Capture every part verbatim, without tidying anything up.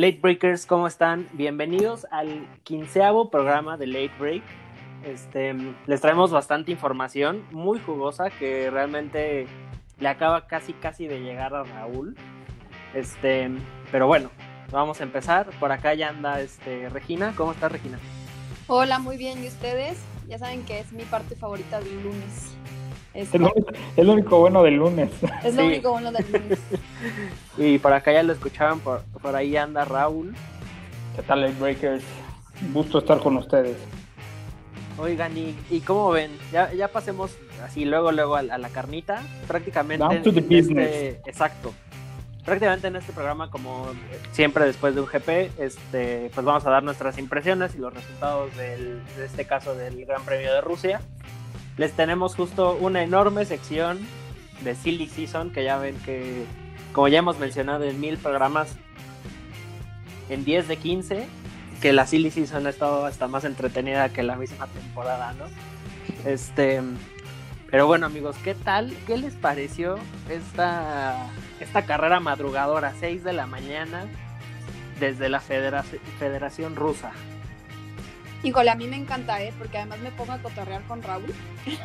Late Breakers, ¿cómo están? Bienvenidos al quinceavo programa de Late Break. Este, les traemos bastante información muy jugosa que realmente le acaba casi casi de llegar a Raúl. Este, pero bueno, vamos a empezar. Por acá ya anda este, Regina. ¿Cómo está Regina? Hola, muy bien. ¿Y ustedes? Ya saben que es mi parte favorita del lunes. Es lo, es lo único bueno del lunes. Es lo sí. único bueno del lunes. Y por acá ya lo escuchaban, por, por ahí anda Raúl. ¿Qué tal, Late Breakers? Un gusto estar con ustedes. Oigan, ¿y, y cómo ven? Ya, ya pasemos así luego, luego a, a la carnita. Prácticamente Down to the en business. Este, exacto. Prácticamente en este programa, como siempre después de un G P, este, pues vamos a dar nuestras impresiones y los resultados del, de este caso del Gran Premio de Rusia. Les tenemos justo una enorme sección de Silly Season, que ya ven que, como ya hemos mencionado en mil programas, en diez de quince, que la Silly Season ha estado hasta más entretenida que la misma temporada, ¿no? Este, pero bueno, amigos, ¿qué tal? ¿Qué les pareció esta, esta carrera madrugadora, seis de la mañana, desde la Federación, Federación Rusa? Híjole, a mí me encanta, ¿eh? Porque además me pongo a cotorrear con Raúl.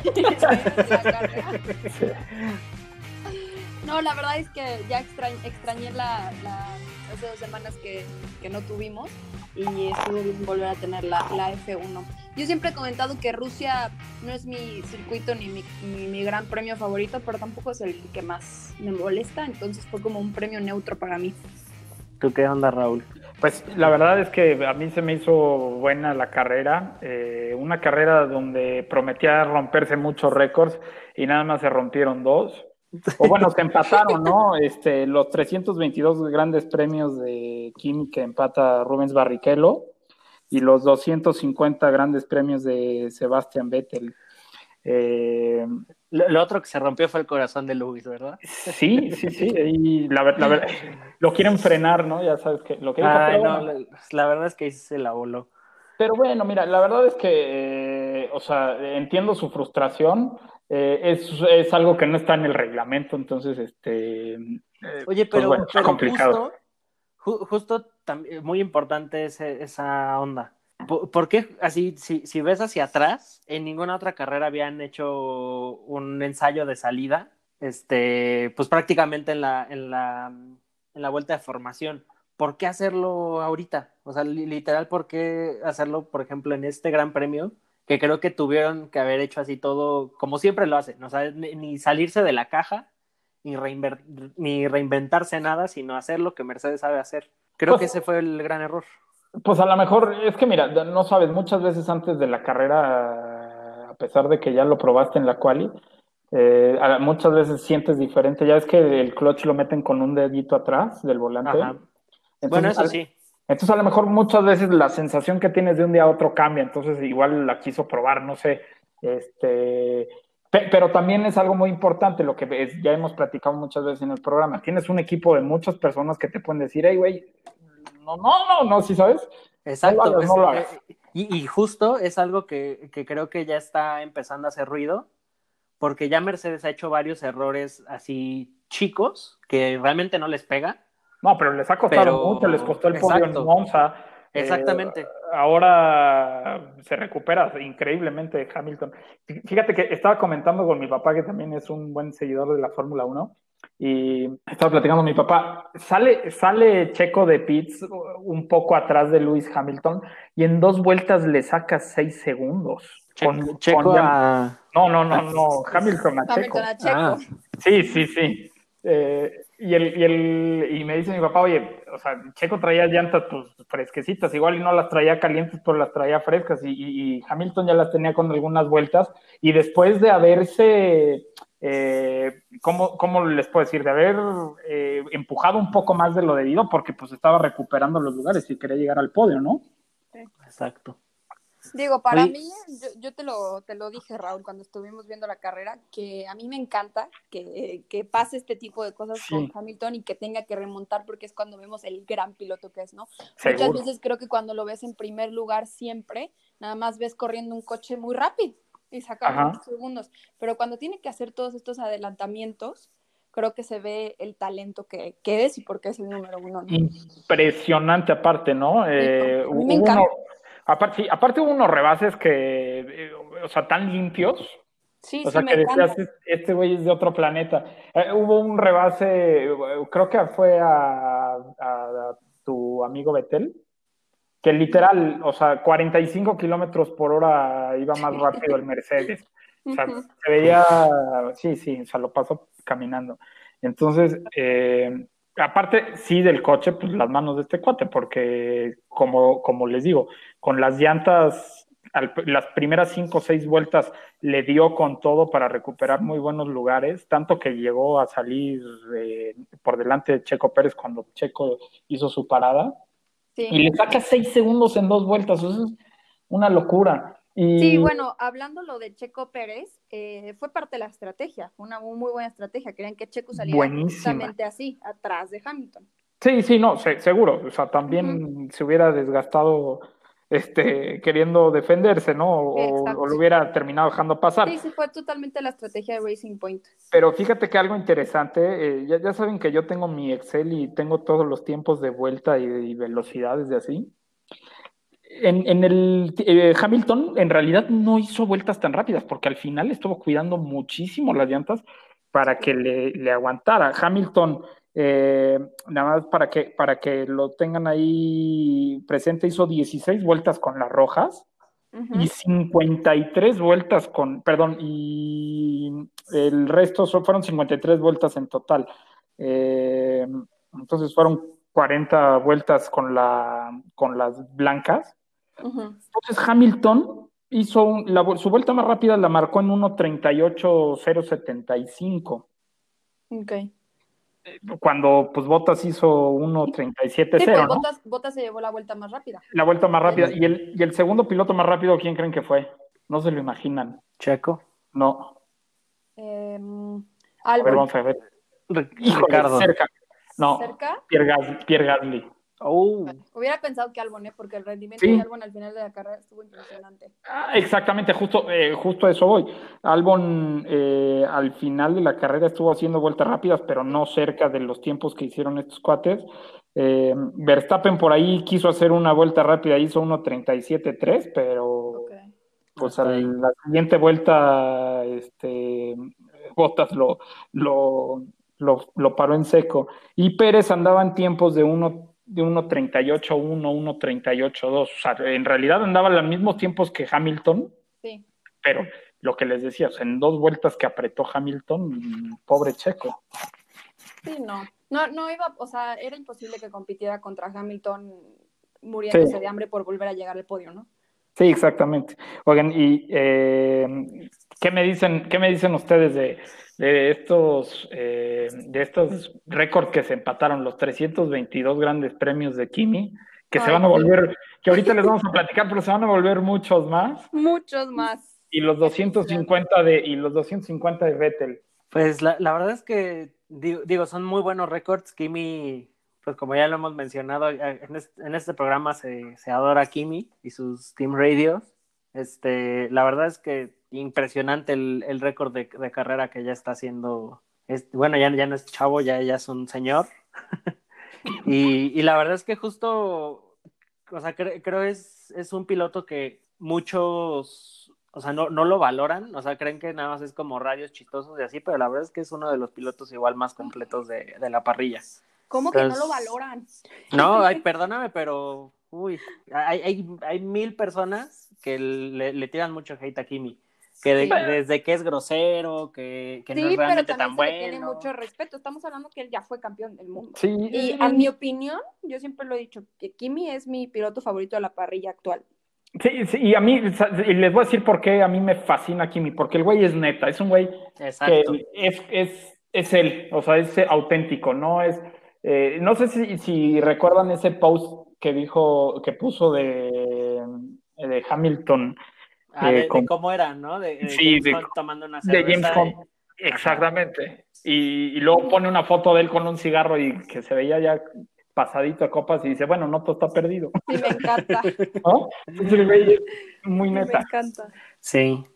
No, la verdad es que ya extra, extrañé la, la, hace dos semanas que, que no tuvimos y estuvo bien volver a tener la, la F uno. Yo siempre he comentado que Rusia no es mi circuito ni mi, ni mi gran premio favorito, pero tampoco es el que más me molesta, entonces fue como un premio neutro para mí. ¿Tú qué onda, Raúl? Pues la verdad es que a mí se me hizo buena la carrera, eh, una carrera donde prometía romperse muchos récords y nada más se rompieron dos. O bueno, se empataron, ¿no? Este, los trescientos veintidós grandes premios de Kimi que empata Rubens Barrichello y los doscientos cincuenta grandes premios de Sebastian Vettel. Eh, lo, lo otro que se rompió fue el corazón de Lewis, ¿verdad? Sí, sí, sí. Y la, la verdad, lo quieren frenar, ¿no? Ya sabes que lo que dijo. Ay, pero no, bueno. la, la verdad es que se la voló. Pero bueno, mira, la verdad es que, eh, o sea, entiendo su frustración. Eh, es, es algo que no está en el reglamento, entonces, este. Eh, Oye, pero, pues bueno, pero complicado. justo, ju, justo también muy importante ese, esa onda. ¿Por, ¿Por qué así, si, si ves hacia atrás, en ninguna otra carrera habían hecho un ensayo de salida, este, pues prácticamente en la, en la, en la vuelta de formación? ¿Por qué hacerlo ahorita? O sea, literal, ¿por qué hacerlo, por ejemplo, en este Gran Premio? Que creo que tuvieron que haber hecho así todo, como siempre lo hacen, o sea, ni, ni salirse de la caja, ni, reinver, ni reinventarse nada, sino hacer lo que Mercedes sabe hacer. Creo pues, que ese fue el gran error. Pues a lo mejor, es que mira, no sabes, muchas veces antes de la carrera, a pesar de que ya lo probaste en la quali, eh, muchas veces sientes diferente. Ya es que el clutch lo meten con un dedito atrás del volante. Ajá. Entonces, bueno, eso sí. Entonces a lo mejor muchas veces la sensación que tienes de un día a otro cambia, entonces igual la quiso probar, no sé. Este, pero también es algo muy importante, lo que es, ya hemos platicado muchas veces en el programa. Tienes un equipo de muchas personas que te pueden decir, hey, güey, no, no, no, no, ¿sí sabes? Exacto. No lo hagas, es, no lo hagas. Eh, y, y justo es algo que, que creo que ya está empezando a hacer ruido, porque ya Mercedes ha hecho varios errores así chicos que realmente no les pega. No, pero les ha costado pero... mucho, les costó el podio en Monza. Exactamente. Eh, ahora se recupera increíblemente Hamilton. Fíjate que estaba comentando con mi papá, que también es un buen seguidor de la Fórmula uno, y estaba platicando con mi papá. Sale, sale Checo de pits un poco atrás de Lewis Hamilton y en dos vueltas le saca seis segundos. Che con, Checo con a... No, no, no, no, Hamilton a Checo. Hamilton a Checo. Ah. Sí, sí, sí. Eh, y, el, y, el, y me dice mi papá, oye, o sea, Checo traía llantas pues fresquecitas, igual y no las traía calientes, pero las traía frescas, y, y, y Hamilton ya las tenía con algunas vueltas, y después de haberse, eh, ¿cómo, ¿cómo les puedo decir? De haber eh, empujado un poco más de lo debido, porque pues estaba recuperando los lugares y quería llegar al podio, ¿no? Sí. Exacto. Digo, para Oye. mí, yo, yo te, lo, te lo dije, Raúl, cuando estuvimos viendo la carrera, que a mí me encanta que, que pase este tipo de cosas sí. con Hamilton y que tenga que remontar, porque es cuando vemos el gran piloto que es, ¿no? Seguro. Muchas veces creo que cuando lo ves en primer lugar siempre, nada más ves corriendo un coche muy rápido y sacando muchos segundos, pero cuando tiene que hacer todos estos adelantamientos, creo que se ve el talento que, que es y por qué es el número uno, ¿no? Impresionante aparte, ¿no? Sí, Eh, a mí me hubo encanta. uno, aparte, sí, aparte hubo unos rebases que, eh, o sea, tan limpios, Sí, o sí, sea, me que decías, encanta. este güey es de otro planeta. Eh, hubo un rebase, eh, creo que fue a, a- a tu amigo Betel, que literal, o sea, cuarenta y cinco kilómetros por hora iba más rápido el Mercedes. O sea, Ujú. se veía, sí, sí, o sea, lo pasó caminando. Entonces, eh, aparte, sí, del coche, pues las manos de este cuate, porque como, como les digo, con las llantas, al- las primeras cinco o seis vueltas le dio con todo para recuperar muy buenos lugares, tanto que llegó a salir eh, por delante de Checo Pérez cuando Checo hizo su parada y Sí. le saca seis segundos en dos vueltas. Eso es una locura. Sí, Y bueno, hablando lo de Checo Pérez, eh, fue parte de la estrategia, fue una muy buena estrategia. Querían que Checo saliera buenísima. justamente así, atrás de Hamilton. Sí, sí, no, se- seguro. O sea, Ujú. también se hubiera desgastado este, queriendo defenderse, ¿no? O, o Exacto. lo hubiera terminado dejando pasar. Sí, sí, fue totalmente la estrategia de Racing Point. Pero fíjate que algo interesante, eh, ya, ya saben que yo tengo mi Excel y tengo todos los tiempos de vuelta y, y velocidades de así. En, en el eh, Hamilton en realidad no hizo vueltas tan rápidas porque al final estuvo cuidando muchísimo las llantas Sí, para que claro. le, le aguantara. Hamilton, eh, nada más para que, para que lo tengan ahí presente, hizo dieciséis vueltas con las rojas y Ujú. cincuenta y tres vueltas con, perdón, y el resto son- fueron cincuenta y tres vueltas en total. Eh, entonces fueron cuarenta vueltas con, la, con las blancas. Ujú. Entonces Hamilton hizo un- la, su vuelta más rápida la marcó en uno treinta y ocho cero setenta y cinco, Ok. cuando pues Bottas hizo uno treinta y siete Sí, cero, pues ¿no? Bottas, Bottas se llevó la vuelta más rápida. La vuelta más De rápida. hecho. Y el, y el segundo piloto más rápido, ¿quién creen que fue? No se lo imaginan. Checo. No. Eh, A ver, Albon, vamos a ver. Ri- Híjole, Ricardo. cerca. No, cerca. Pierre, Gas- Pierre Gasly. Oh, Hubiera pensado que Albon, ¿eh? Porque el rendimiento de Sí, Albon al final de la carrera estuvo impresionante. ah, exactamente, justo, eh, justo a eso voy. Albon eh, al final de la carrera estuvo haciendo vueltas rápidas, pero Sí. no cerca de los tiempos que hicieron estos cuates. Eh, Verstappen por ahí quiso hacer una vuelta rápida, hizo uno treinta y siete tres, pero Ok. pues a hasta ahí. la siguiente vuelta este, Bottas lo, lo, lo, lo paró en seco. Y Pérez andaba en tiempos de uno de uno treinta y ocho uno, uno treinta y ocho dos. O sea, en realidad andaba en los mismos tiempos que Hamilton, Sí. pero lo que les decía, o sea, en dos vueltas que apretó Hamilton, pobre Checo. Sí, no. No, no iba, o sea, era imposible que compitiera contra Hamilton Sí, muriéndose de hambre por volver a llegar al podio, ¿no? sí, exactamente. Oigan, y eh, ¿qué me dicen, qué me dicen ustedes de, de estos, eh, de estos récords que se empataron, los trescientos veintidós grandes premios de Kimi, que se Ay, van a sí. volver, que ahorita les vamos a platicar, pero se van a volver muchos más, Muchos más. y los Qué doscientos felicidad. cincuenta de, y los doscientos cincuenta de Vettel. Pues la, la verdad es que, digo, digo, son muy buenos récords. Kimi, pues como ya lo hemos mencionado, en este, en este programa se, se adora a Kimi y sus Team Radios. Este, la verdad es que impresionante el, el récord de, de carrera que ya está haciendo. Es, bueno, ya, ya no es chavo, ya, ya es un señor. Y, y la verdad es que justo, o sea, cre, creo es, es un piloto que muchos, o sea, no, no lo valoran, o sea, creen que nada más es como radios chistosos y así, pero la verdad es que es uno de los pilotos igual más completos de, de la parrilla. ¿Cómo que no lo Entonces, valoran? no, ay, perdóname, pero, uy, hay, hay, hay mil personas que le, le tiran mucho hate a Kimi, que de, Sí. desde que es grosero, que, que no es Sí, pero realmente también tan se le tiene bueno. mucho respeto. Estamos hablando que él ya fue campeón del mundo. Sí, Y eh, a mi opinión, yo siempre lo he dicho, que Kimi es mi piloto favorito de la parrilla actual. sí, sí, y a mí, y les voy a decir por qué a mí me fascina Kimi, porque el güey es neta, es un güey Exacto. que es, es, es él, o sea, es auténtico, no es, eh, no sé si, si recuerdan ese post que dijo, que puso de, de Hamilton, Ah, eh, de, de con, cómo era, ¿no? De, de sí, James de, Hunt tomando una de James cerveza. Hunt, Y... Ajá. exactamente, y, y luego pone una foto de él con un cigarro y que se veía ya pasadito a copas y dice, bueno, no todo está perdido, Sí, me encanta. ¿no? Entonces el güey es muy Sí, me neta. encanta. Sí.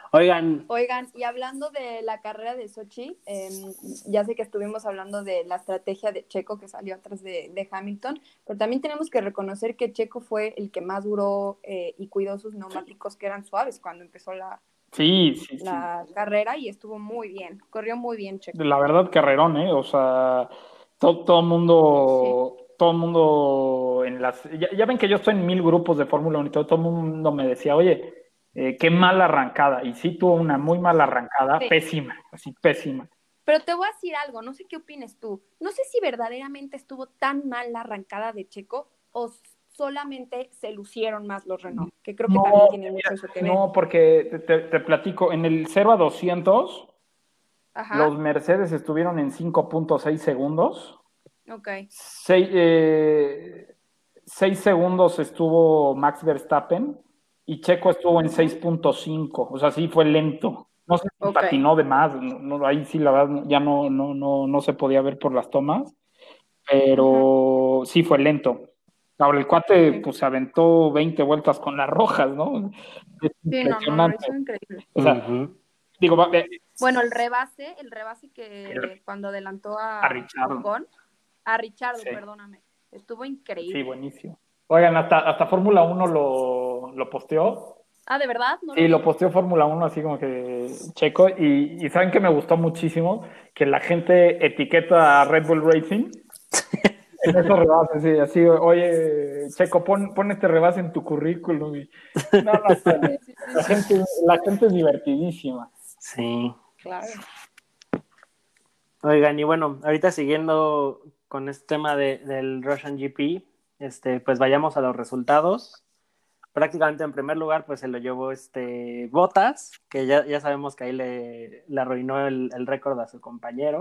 Oigan. Oigan, y hablando de la carrera de Sochi, eh, ya sé que estuvimos hablando de la estrategia de Checo que salió atrás de, de Hamilton, pero también tenemos que reconocer que Checo fue el que más duró eh, y cuidó sus neumáticos que eran suaves cuando empezó la, Sí, sí, la sí. carrera y estuvo muy bien, corrió muy bien Checo. La verdad, carrerón, ¿eh? O sea, todo, todo mundo, Sí. todo mundo en las... Ya, ya ven que yo estoy en mil grupos de Fórmula uno y todo, todo el mundo me decía, oye, eh, qué mala arrancada. Y sí tuvo una muy mala arrancada, Sí. pésima, así pésima. Pero te voy a decir algo, no sé qué opines tú. No sé si verdaderamente estuvo tan mal la arrancada de Checo o solamente se lucieron más los Renault, que creo que No, también tiene mucho eso que ver. no, porque te, te- te platico, en el cero a doscientos, Ajá, los Mercedes estuvieron en cinco punto seis segundos. ok. Seis, eh, seis segundos estuvo Max Verstappen y Checo estuvo en seis Ujú. punto cinco, o sea, sí fue lento. No sé si Ok. patinó de más, no, no, ahí sí la verdad ya no, no, no, no se podía ver por las tomas, Ujú. pero sí fue lento. Ahora el cuate Sí. pues se aventó veinte vueltas con las rojas, ¿no? Es Sí, no, no, lo impresionante. hizo increíble. O sea, Uh-huh. digo, va, eh, Bueno, el rebase, el rebase el- que cuando adelantó a a Richard, Ocon, a Richardo, sí, perdóname, estuvo sí, increíble. buenísimo. Oigan, hasta, hasta Fórmula uno lo, lo posteó. Ah, ¿de verdad? No lo Sí, lo vi. posteó Fórmula uno así como que checo. Y, y saben que me gustó muchísimo que la gente etiqueta a Red Bull Racing en esos rebases, sí, así, oye, Checo, pon, pon este rebase en tu currículum. Y, no, no, Sí, sí, la sí. gente, la gente es divertidísima. Sí. Claro. Oigan, y bueno, ahorita siguiendo con este tema de, del Russian G P, este, pues vayamos a los resultados. Prácticamente en primer lugar, pues se lo llevó este Bottas, que ya, ya sabemos que ahí le, le arruinó el, el récord a su compañero.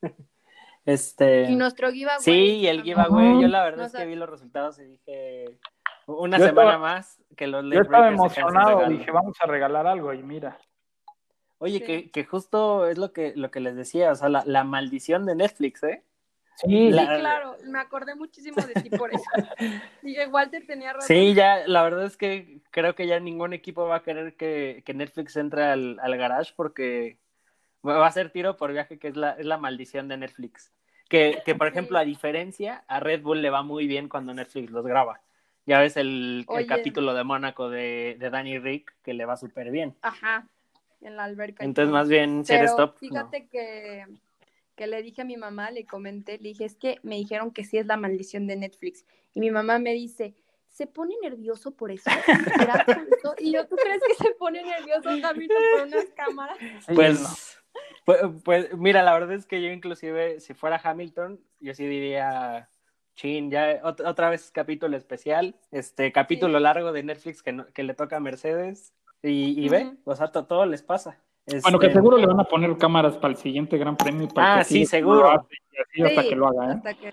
Y Este, nuestro giveaway sí, el también. giveaway, yo la verdad No es que sé. vi los resultados y dije, una Yo semana estaba, más que los yo late estaba breakers se quedan sin emocionado, regalo. dije, vamos a regalar algo y mira. Oye, Sí. que, que justo es lo que, lo que les decía, o sea, la, la maldición de Netflix, ¿eh? Sí, Sí, La, claro, me acordé muchísimo de ti por eso. Dije, Walter tenía razón. sí, ya, la verdad es que creo que ya ningún equipo va a querer que, que Netflix entre al, al garage porque va a ser tiro por viaje, que es la, es la maldición de Netflix. Que, que, por ejemplo, Sí. a diferencia, a Red Bull le va muy bien cuando Netflix los graba. Ya ves el, el Oye, capítulo de Mónaco de, de Danny Rick, que le va súper bien. ajá, en la alberca y Entonces, todo. más bien, si eres Pero top, no. fíjate que, que le dije a mi mamá, le comenté, le dije, es que me dijeron que sí es la maldición de Netflix. Y mi mamá me dice, ¿se pone nervioso por eso? ¿Será por eso? Y yo, ¿tú crees que se pone nervioso Hamilton por unas cámaras? sí, no. Pues, pues, pues, mira, la verdad es que yo inclusive, si fuera Hamilton, yo sí diría, chin, ya ot- otra vez capítulo especial, este capítulo Sí. largo de Netflix que, no- que le toca a Mercedes y, y ve, Ujú. o sea, to- todo les pasa. Bueno, que Este, seguro le van a poner cámaras para el siguiente Gran Premio y para el que ah, sí, sigue que no lo seguro. hace y así hasta que Sí, lo haga, ¿eh? hasta que,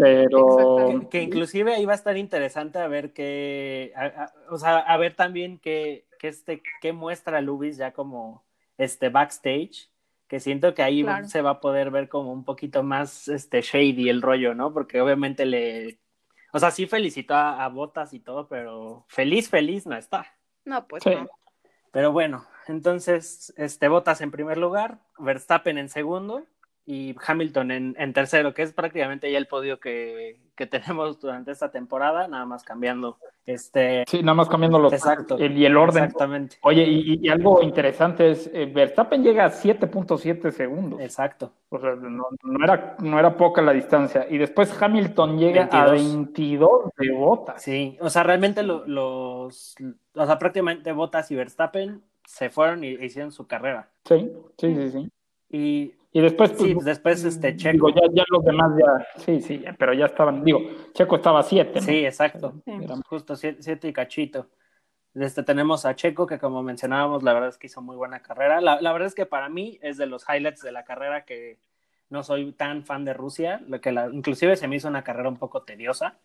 Pero Que, que exactamente. inclusive ahí va a estar interesante a ver qué, a- a- o sea, a ver también qué, qué, este, qué muestra Lewis ya como este backstage, que siento que ahí Claro. se va a poder ver como un poquito más este shady el rollo, ¿no? Porque obviamente le, o sea, sí felicitó a, a Bottas y todo, pero feliz, feliz no está. No, pues sí, no. Pero bueno, entonces, este Bottas en primer lugar, Verstappen en segundo y Hamilton en, en tercero, que es prácticamente ya el podio que, que tenemos durante esta temporada, nada más cambiando. Este, sí, nada más cambiando los exacto, el, y el orden. exactamente, Oye, y, y algo interesante es, eh, Verstappen llega a siete punto siete segundos. exacto. O sea, no, no era, no era poca la distancia. Y después Hamilton llega a veintidós. veintidós de botas. Sí, o sea, realmente Sí. lo- los, o sea, prácticamente Bottas y Verstappen se fueron y hicieron su carrera. Sí, sí, sí, sí. Y Y después, pues, sí, pues después este digo, Checo. ya, ya los demás ya, sí, sí, ya, pero ya estaban, digo, Checo estaba a siete, ¿no? Sí, O sea, exacto. Sí. era- Justo siete, siete y cachito. Este, tenemos a Checo, que como mencionábamos, la verdad es que hizo muy buena carrera. La, la verdad es que para mí es de los highlights de la carrera que no soy tan fan de Rusia, lo que la, inclusive se me hizo una carrera un poco tediosa,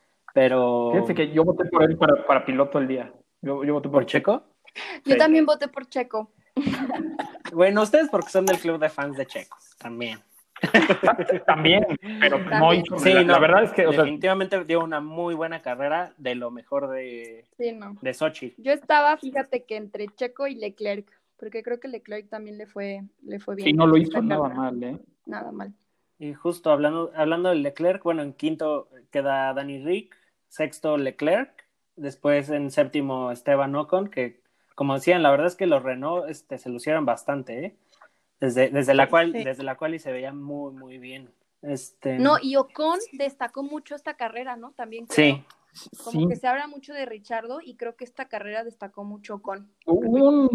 pero Fíjate que yo voté por él para, para piloto el día. Yo, yo voté ¿por por Checo. Checo? Yo Sí. también voté por Checo. Bueno, ustedes porque son del club de fans de Checo, también. También, pero no También. hizo. Sí, la, no, la verdad es que, o sea, definitivamente dio una muy buena carrera, de lo mejor de, Sí, no. de Sochi. Yo estaba, fíjate que entre Checo y Leclerc, porque creo que Leclerc también le fue, le fue bien. Sí, no lo hizo nada mal, ¿eh? Nada mal. Y justo hablando, hablando de Leclerc, bueno, en quinto queda Danny Rick, sexto Leclerc, después en séptimo Esteban Ocon, que como decían, la verdad es que los Renault este, se lucieron bastante, ¿eh? Desde, desde, la cual, Sí. desde la cual y se veía muy, muy bien. Este... No, y Ocon destacó mucho esta carrera, ¿no? También creo. Sí. Como Sí. que se habla mucho de Richardo y creo que esta carrera destacó mucho Ocon. Hubo un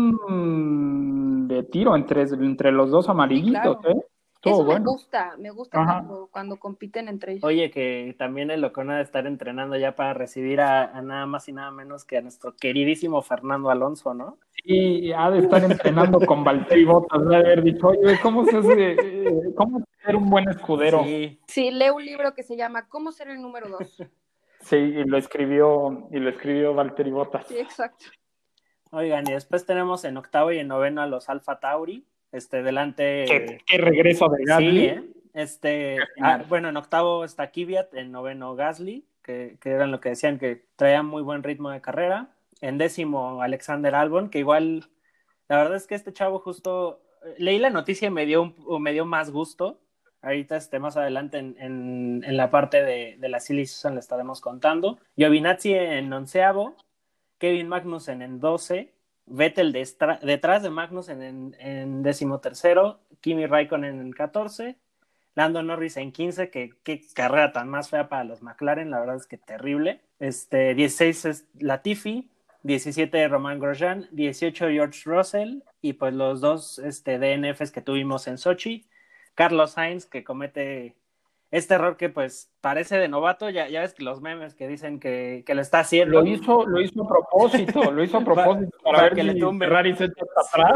buen de tiro entre, entre los dos amarillitos, Sí, claro. ¿eh? Estuvo Eso bueno. me gusta, me gusta Ajá. cuando, cuando compiten entre ellos. Oye, que también el Ocon ha de estar entrenando ya para recibir a, a nada más y nada menos que a nuestro queridísimo Fernando Alonso, ¿no? Sí, ha de estar entrenando con Valtteri Bottas, de haber dicho, oye, ¿cómo se hace, eh, cómo ser un buen escudero? Sí. Sí, lee un libro que se llama ¿Cómo ser el número dos? Sí, y lo escribió, y lo escribió Valtteri Bottas. Sí, exacto. Oigan, y después tenemos en octavo y en noveno a los Alfa Tauri, este, delante... ¿Qué, qué regreso de Gasly? Sí, ¿eh? Este, ah, bueno, en octavo está Kvyat, en noveno Gasly, que, que eran lo que decían, que traían muy buen ritmo de carrera. En décimo Alexander Albon, que igual, la verdad es que este chavo justo, leí la noticia y me dio, un, me dio más gusto. Ahorita este, más adelante en, en, en la parte de, de la Silly Season le estaremos contando. Giovinazzi en onceavo, Kevin Magnussen en doce, Vettel de estra- detrás de Magnussen en, en décimo tercero, Kimi Raikkonen en catorce, Lando Norris en quince, que qué carrera tan más fea para los McLaren, la verdad es que terrible. Este, dieciséis es Latifi, diecisiete Romain Grosjean, dieciocho George Russell, y pues los dos este, D N Fs que tuvimos en Sochi, Carlos Sainz, que comete este error que pues parece de novato, ya, ya ves que los memes que dicen que, que lo está haciendo. Lo hizo, lo hizo a propósito, lo hizo a propósito para, para ver que si le tumbe. Ferrari se echa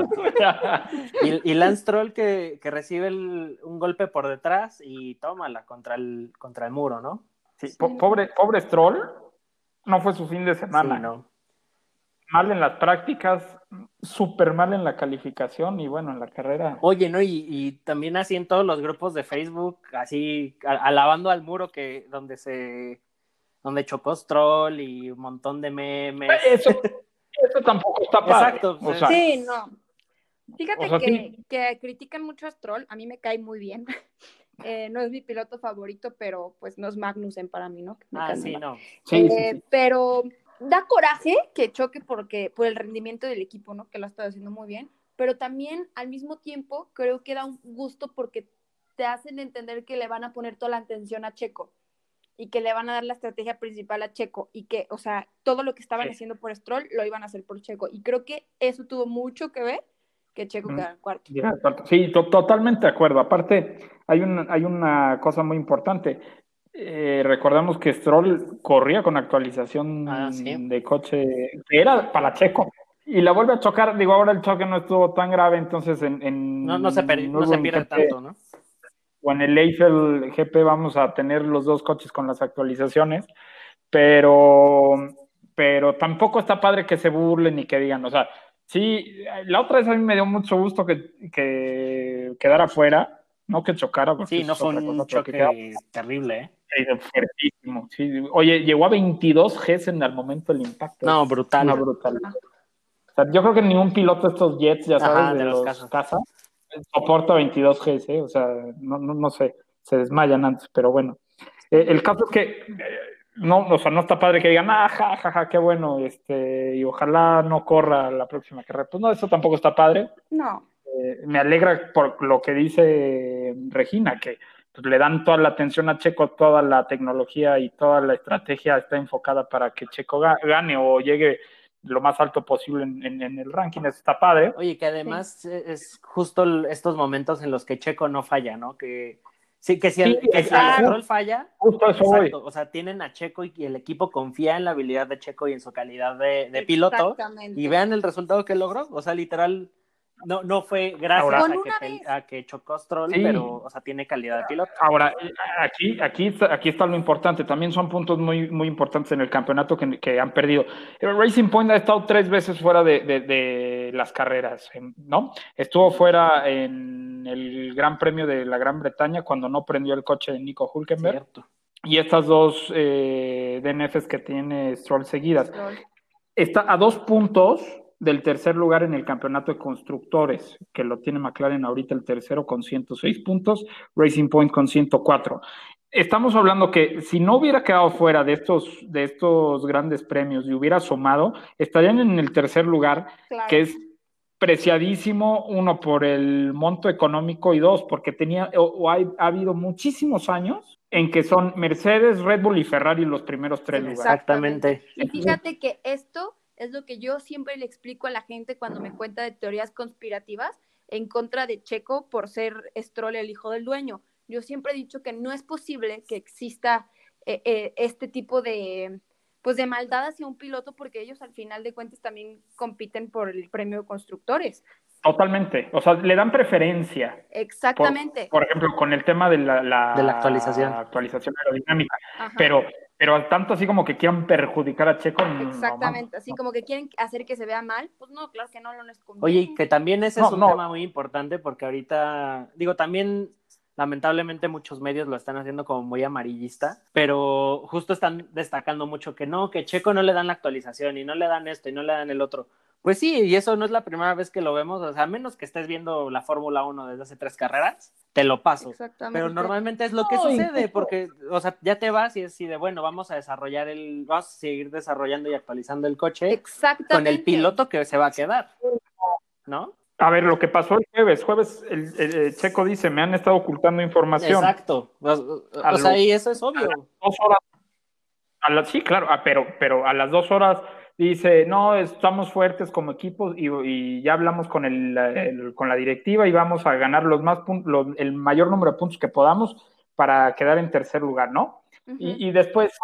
atrás. y, y Lance Stroll que, que recibe el, un golpe por detrás y tómala contra el, contra el muro, ¿no? Sí, po- pobre, pobre Stroll, no fue su fin de semana. Sí, no. Mal en las prácticas, súper mal en la calificación y bueno, en la carrera. Oye, ¿no? Y, y también así en todos los grupos de Facebook, así a, alabando al muro que donde se donde chocó Stroll y un montón de memes. Eso, eso tampoco está padre. Exacto. O sea, sí, no. Fíjate o sea, que, sí. que critican mucho a Stroll, a mí me cae muy bien. Eh, no es mi piloto favorito, pero pues no es Magnussen para mí, ¿no? Me ah, sí, no. Sí, eh, sí, sí. Pero da coraje que choque porque, por el rendimiento del equipo, ¿no? Que lo ha estado haciendo muy bien, pero también al mismo tiempo creo que da un gusto porque te hacen entender que le van a poner toda la atención a Checo y que le van a dar la estrategia principal a Checo y que, o sea, todo lo que estaban sí. haciendo por Stroll lo iban a hacer por Checo y creo que eso tuvo mucho que ver que Checo mm. quedara cuarto. Sí, to- totalmente de acuerdo. Aparte, hay, un, hay una cosa muy importante. Eh, recordamos que Stroll corría con actualización ah, ¿sí? de coche, que era para Checo, y la vuelve a chocar. Digo, ahora el choque no estuvo tan grave, entonces en, en no, no se, peri- no se pierde tanto, ¿no? O en el Eiffel G P vamos a tener los dos coches con las actualizaciones, pero, pero tampoco está padre que se burlen y que digan, o sea, sí, la otra vez a mí me dio mucho gusto que, que quedara fuera, no que chocara. Porque sí, no fue un cosa, choque quedaba, terrible, ¿eh? Sí, fuertísimo. Sí. Oye, llegó a veintidós Gs en el momento del impacto. No, brutal. Una brutal. O sea, yo creo que ningún piloto de estos jets, ya sabes, Ajá, de, de los, los casas, soporta veintidós Gs, ¿eh? O sea, no, no, no sé, se desmayan antes, pero bueno. Eh, el caso es que eh, no, o sea, no está padre que digan, ah, ja, ja, ja, qué bueno, este, y ojalá no corra la próxima carrera. Pues no, eso tampoco está padre. No. Eh, me alegra por lo que dice Regina, que pues, le dan toda la atención a Checo, toda la tecnología y toda la estrategia está enfocada para que Checo gane o llegue lo más alto posible en, en, en el ranking. Eso está padre. Oye, que además sí. es justo estos momentos en los que Checo no falla, ¿no? Que sí, que si el, sí, que si el Stroll falla, justo eso exacto, voy. O sea, tienen a Checo y el equipo confía en la habilidad de Checo y en su calidad de, de piloto, y vean el resultado que logró, o sea, literal, no, no fue gracias Ahora, a, que, a que chocó Stroll, sí. pero, o sea, tiene calidad de piloto. Ahora, aquí, aquí, aquí está lo importante, también son puntos muy, muy importantes en el campeonato que, que han perdido. El Racing Point ha estado tres veces fuera de, de, de las carreras, ¿no? Estuvo fuera en el Gran Premio de la Gran Bretaña cuando no prendió el coche de Nico Hülkenberg. Cierto. Y estas dos eh, D N Fs que tiene Stroll seguidas. Stroll. Está a dos puntos del tercer lugar en el campeonato de constructores, que lo tiene McLaren ahorita el tercero con ciento seis puntos, Racing Point con ciento cuatro. Estamos hablando que si no hubiera quedado fuera de estos, de estos grandes premios y hubiera sumado, estarían en el tercer lugar, Claro. que es preciadísimo, uno por el monto económico y dos porque tenía o, o hay, ha habido muchísimos años en que son Mercedes, Red Bull y Ferrari los primeros tres lugares. Exactamente. Y fíjate que esto es lo que yo siempre le explico a la gente cuando me cuenta de teorías conspirativas en contra de Checo por ser Stroll el hijo del dueño. Yo siempre he dicho que no es posible que exista eh, eh, este tipo de, pues de maldad hacia un piloto porque ellos al final de cuentas también compiten por el premio de constructores. Totalmente, o sea, le dan preferencia. Exactamente. Por, por ejemplo, con el tema de la, la, de la actualización. actualización aerodinámica, Ajá. pero pero tanto así como que quieran perjudicar a Checo. Exactamente, no, así no. Como que quieren hacer que se vea mal, pues no, claro que no, no les conviene. Oye, y que también ese no, es un no. tema muy importante porque ahorita, digo, también lamentablemente muchos medios lo están haciendo como muy amarillista, pero justo están destacando mucho que no, que Checo no le dan la actualización y no le dan esto y no le dan el otro. Pues sí, y eso no es la primera vez que lo vemos, o sea, a menos que estés viendo la Fórmula uno desde hace tres carreras, te lo paso. Exactamente. Pero normalmente es lo que no, sucede, incluso... porque, o sea, ya te vas y es así de, bueno, vamos a desarrollar el, vamos a seguir desarrollando y actualizando el coche Exactamente. con el piloto que se va a quedar, ¿no? A ver, lo que pasó el jueves, jueves el, el, el Checo dice, me han estado ocultando información. Exacto, o, o sea, y eso es obvio. A las dos horas, a la, sí, claro, ah, pero, pero a las dos horas dice, no, estamos fuertes como equipos y, y ya hablamos con, el, el, con la directiva y vamos a ganar los más puntos, los, el mayor número de puntos que podamos para quedar en tercer lugar, ¿no? Uh-huh. Y, y después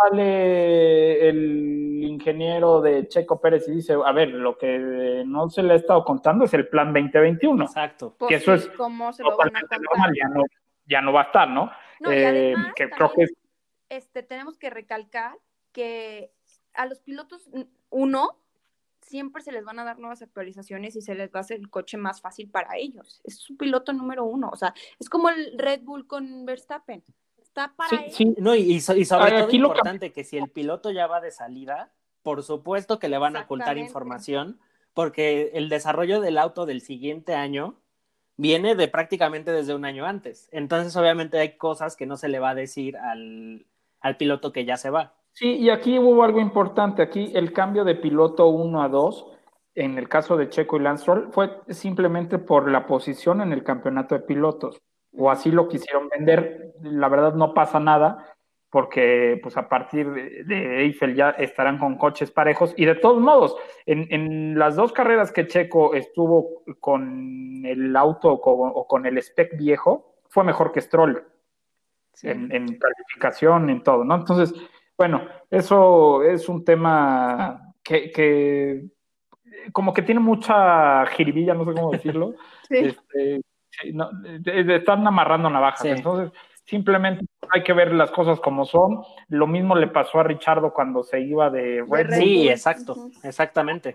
sale el ingeniero de Checo Pérez y dice, a ver, lo que no se le ha estado contando es el plan veinte veintiuno. Exacto. Pues que eso sí, es ¿cómo se lo van a contar? Normal, ya no, ya no va a estar, ¿no? No, y eh, además, que también, creo que es... este, tenemos que recalcar que a los pilotos uno siempre se les van a dar nuevas actualizaciones y se les va a hacer el coche más fácil para ellos. Es su piloto número uno, o sea, es como el Red Bull con Verstappen. Está para sí, él. sí. No, y, y sobre Ay, todo importante que... que si el piloto ya va de salida, por supuesto que le van a ocultar información, porque el desarrollo del auto del siguiente año viene de prácticamente desde un año antes. Entonces, obviamente, hay cosas que no se le va a decir al, al piloto que ya se va. Sí, y aquí hubo algo importante. Aquí el cambio de piloto uno a dos, en el caso de Checo y Lance Stroll, fue simplemente por la posición en el campeonato de pilotos. O así lo quisieron vender. La verdad no pasa nada, porque pues a partir de, de Eiffel ya estarán con coches parejos. Y de todos modos, en, en las dos carreras que Checo estuvo con el auto o con, o con el spec viejo, fue mejor que Stroll. Sí. En, en calificación, en todo, ¿no? Entonces... Bueno, eso es un tema que, que como que tiene mucha jiribilla, no sé cómo decirlo. Sí. Este, no, están amarrando navajas. Sí. Entonces, simplemente hay que ver las cosas como son. Lo mismo le pasó a Richardo cuando se iba de Red Bull. Sí, exacto, uh-huh. exactamente.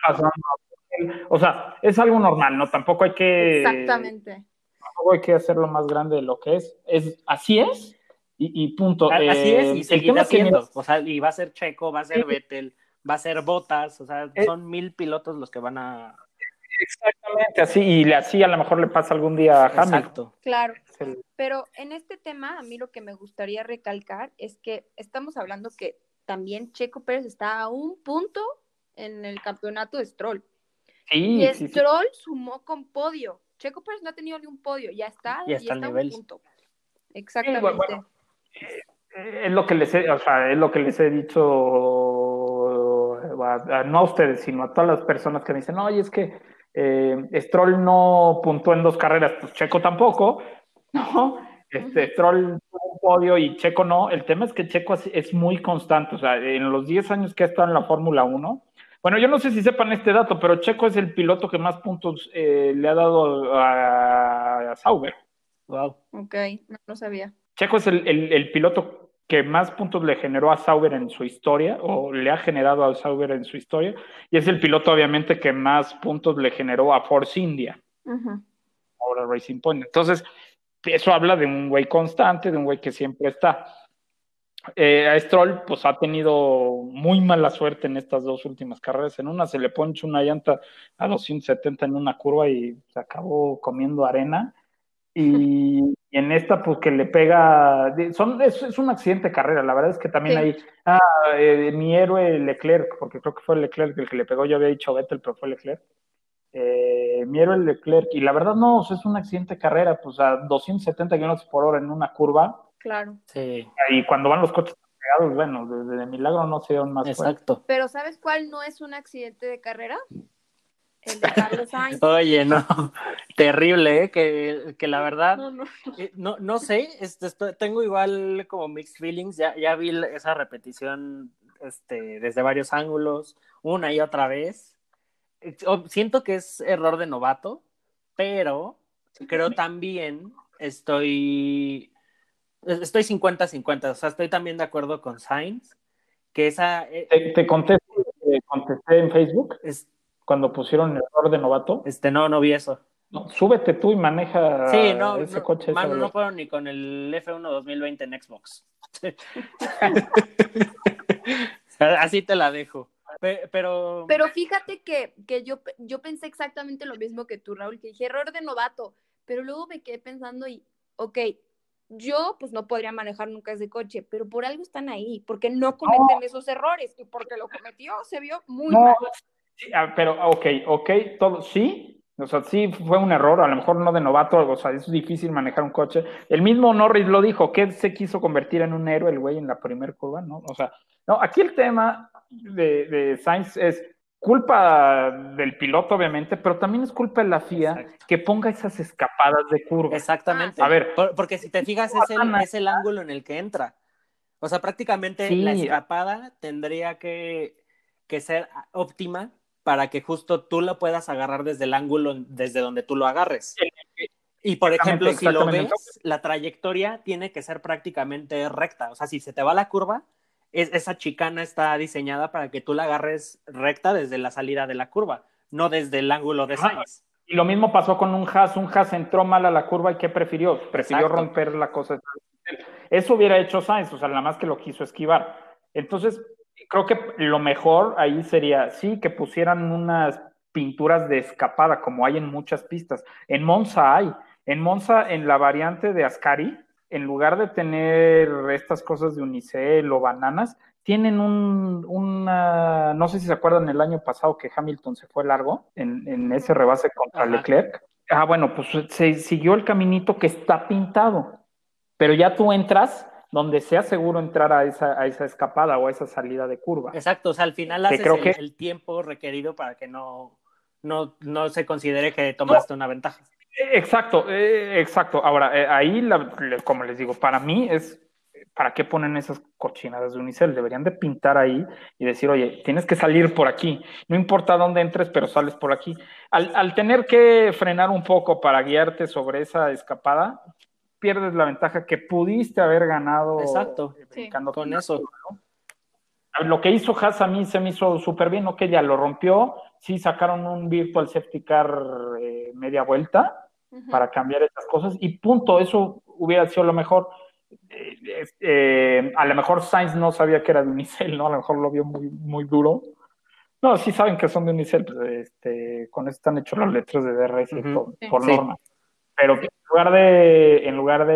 O sea, es algo normal, ¿no? Tampoco hay que... Exactamente. Tampoco hay que hacerlo más grande de lo que es. es así es. Y, y punto. Así eh, es, y seguirá siendo. Que... O sea, y va a ser Checo, va a ser sí. Vettel, va a ser Bottas, o sea, eh... son mil pilotos los que van a... Exactamente, así, y así a lo mejor le pasa algún día a Hamilton. Exacto. Claro, sí. Pero en este tema, a mí lo que me gustaría recalcar es que estamos hablando que también Checo Pérez está a un punto en el campeonato de Stroll. Sí, y sí, Stroll sí. sumó con podio. Checo Pérez no ha tenido ni un podio, ya está, y está, y está a nivel. un punto. Exactamente. Sí, bueno, es lo que les he, o sea, es lo que les he dicho a, a, no a ustedes, sino a todas las personas que me dicen, oye, es que eh, Stroll no puntuó en dos carreras, pues Checo tampoco, ¿no? Este, uh-huh. Stroll tuvo un podio y Checo no. El tema es que Checo es, es muy constante, o sea, en los diez años que ha estado en la Fórmula uno, bueno, yo no sé si sepan este dato, pero Checo es el piloto que más puntos eh, le ha dado a, a Sauber. Wow. Ok, no lo sabía. Checo es el, el, el piloto que más puntos le generó a Sauber en su historia, o le ha generado a Sauber en su historia, y es el piloto obviamente que más puntos le generó a Force India, uh-huh. ahora Racing Point. Entonces, eso habla de un güey constante, de un güey que siempre está. Eh, a Stroll, pues ha tenido muy mala suerte en estas dos últimas carreras. En una se le ponche una llanta a doscientos setenta en una curva y se acabó comiendo arena. Y, y en esta, pues que le pega. Son, es, es un accidente de carrera. La verdad es que también Sí. hay. Ah, eh, mi héroe Leclerc, porque creo que fue Leclerc el que le pegó. Yo había dicho Vettel, pero fue Leclerc. Eh, mi héroe Leclerc. Y la verdad, no, o sea, es un accidente de carrera, pues a doscientos setenta kilómetros por hora en una curva. Claro. Sí, Y cuando van los coches pegados, bueno, de, de milagro no se dieron más fuerte. exacto. Pero ¿sabes cuál no es un accidente de carrera? El de Carlos Sainz. Oye, no, terrible, ¿eh? Que, que la verdad, No, no. eh, no, no sé, este, estoy- tengo igual como mixed feelings, ya, ya vi la- esa repetición este, desde varios ángulos, una y otra vez. Eh, o- Siento que es error de novato, pero creo también estoy, estoy cincuenta-cincuenta, o sea, estoy también de acuerdo con Sainz, que esa eh, Te, te contesté, te contesté en Facebook es, cuando pusieron el error de novato. este, no, no vi eso. No, súbete tú y Sí, maneja no, ese no, coche a esa mano, no velocidad. puedo ni con el F uno dos mil veinte en Xbox. Así te la dejo. Pe- Pero, Pero fíjate que, que yo, yo pensé exactamente lo mismo que tú, Raúl, que dije error de novato, pero luego me quedé pensando y, ok, yo pues no podría manejar nunca ese coche, pero por algo están ahí, porque no cometen esos errores y porque lo cometió se vio muy No, mal. sí, ah, pero ok, ok, todo sí, o sea, sí fue un error, a lo mejor no de novato, o sea, es difícil manejar un coche. El mismo Norris lo dijo, que se quiso convertir en un héroe el güey en la primera curva, ¿no? O sea, no, aquí el tema de, de Sainz es culpa del piloto, obviamente, pero también es culpa de la F I A exacto. que ponga esas escapadas de curva. Exactamente. A ver, Por- porque si te fijas, es el, es el ángulo en el que entra. O sea, prácticamente la sí, escapada tendría que, que ser óptima para que justo tú lo puedas agarrar desde el ángulo desde donde tú lo agarres. Y por ejemplo, si lo exactamente. ves, la trayectoria tiene que ser prácticamente recta. O sea, si se te va la curva, es, esa chicana está diseñada para que tú la agarres recta desde la salida de la curva, no desde el ángulo de Sainz. Y lo mismo pasó con un Haas. Un Haas entró mal a la curva y ¿qué prefirió? Prefirió Exacto. romper la cosa. Eso hubiera hecho Sainz, o sea, nada más que lo quiso esquivar. Entonces, creo que lo mejor ahí sería, sí, que pusieran unas pinturas de escapada, como hay en muchas pistas. En Monza hay. En Monza, en la variante de Ascari, en lugar de tener estas cosas de unicel o bananas, tienen un, una, no sé si se acuerdan el año pasado que Hamilton se fue largo en, en ese rebase contra Ajá. Leclerc. Ah, bueno, pues se siguió el caminito que está pintado, pero ya tú entras donde sea seguro entrar a esa, a esa escapada o a esa salida de curva. Exacto, o sea, al final Que haces creo el, que... el tiempo requerido para que no, no, no se considere que tomaste No, una ventaja. exacto, eh, exacto. Ahora, eh, ahí, la, como les digo, para mí es, ¿para qué ponen esas cochinadas de unicel? Deberían de pintar ahí y decir, oye, tienes que salir por aquí. No importa dónde entres, pero sales por aquí. Al, al tener que frenar un poco para guiarte sobre esa escapada, pierdes la ventaja que pudiste haber ganado Exacto, brincando con eso. ¿no? Lo que hizo Haas a mí se me hizo súper bien, ok, ya lo rompió, sí sacaron un virtual safety car eh, media vuelta uh-huh. para cambiar esas cosas y punto, eso hubiera sido lo mejor. Eh, eh, a lo mejor Sainz no sabía que era de unicel, ¿no? A lo mejor lo vio muy, muy duro. No, sí saben que son de unicel, pues, este, con eso están hechos las letras de D R S uh-huh. por, por sí. norma. Pero en lugar de, en lugar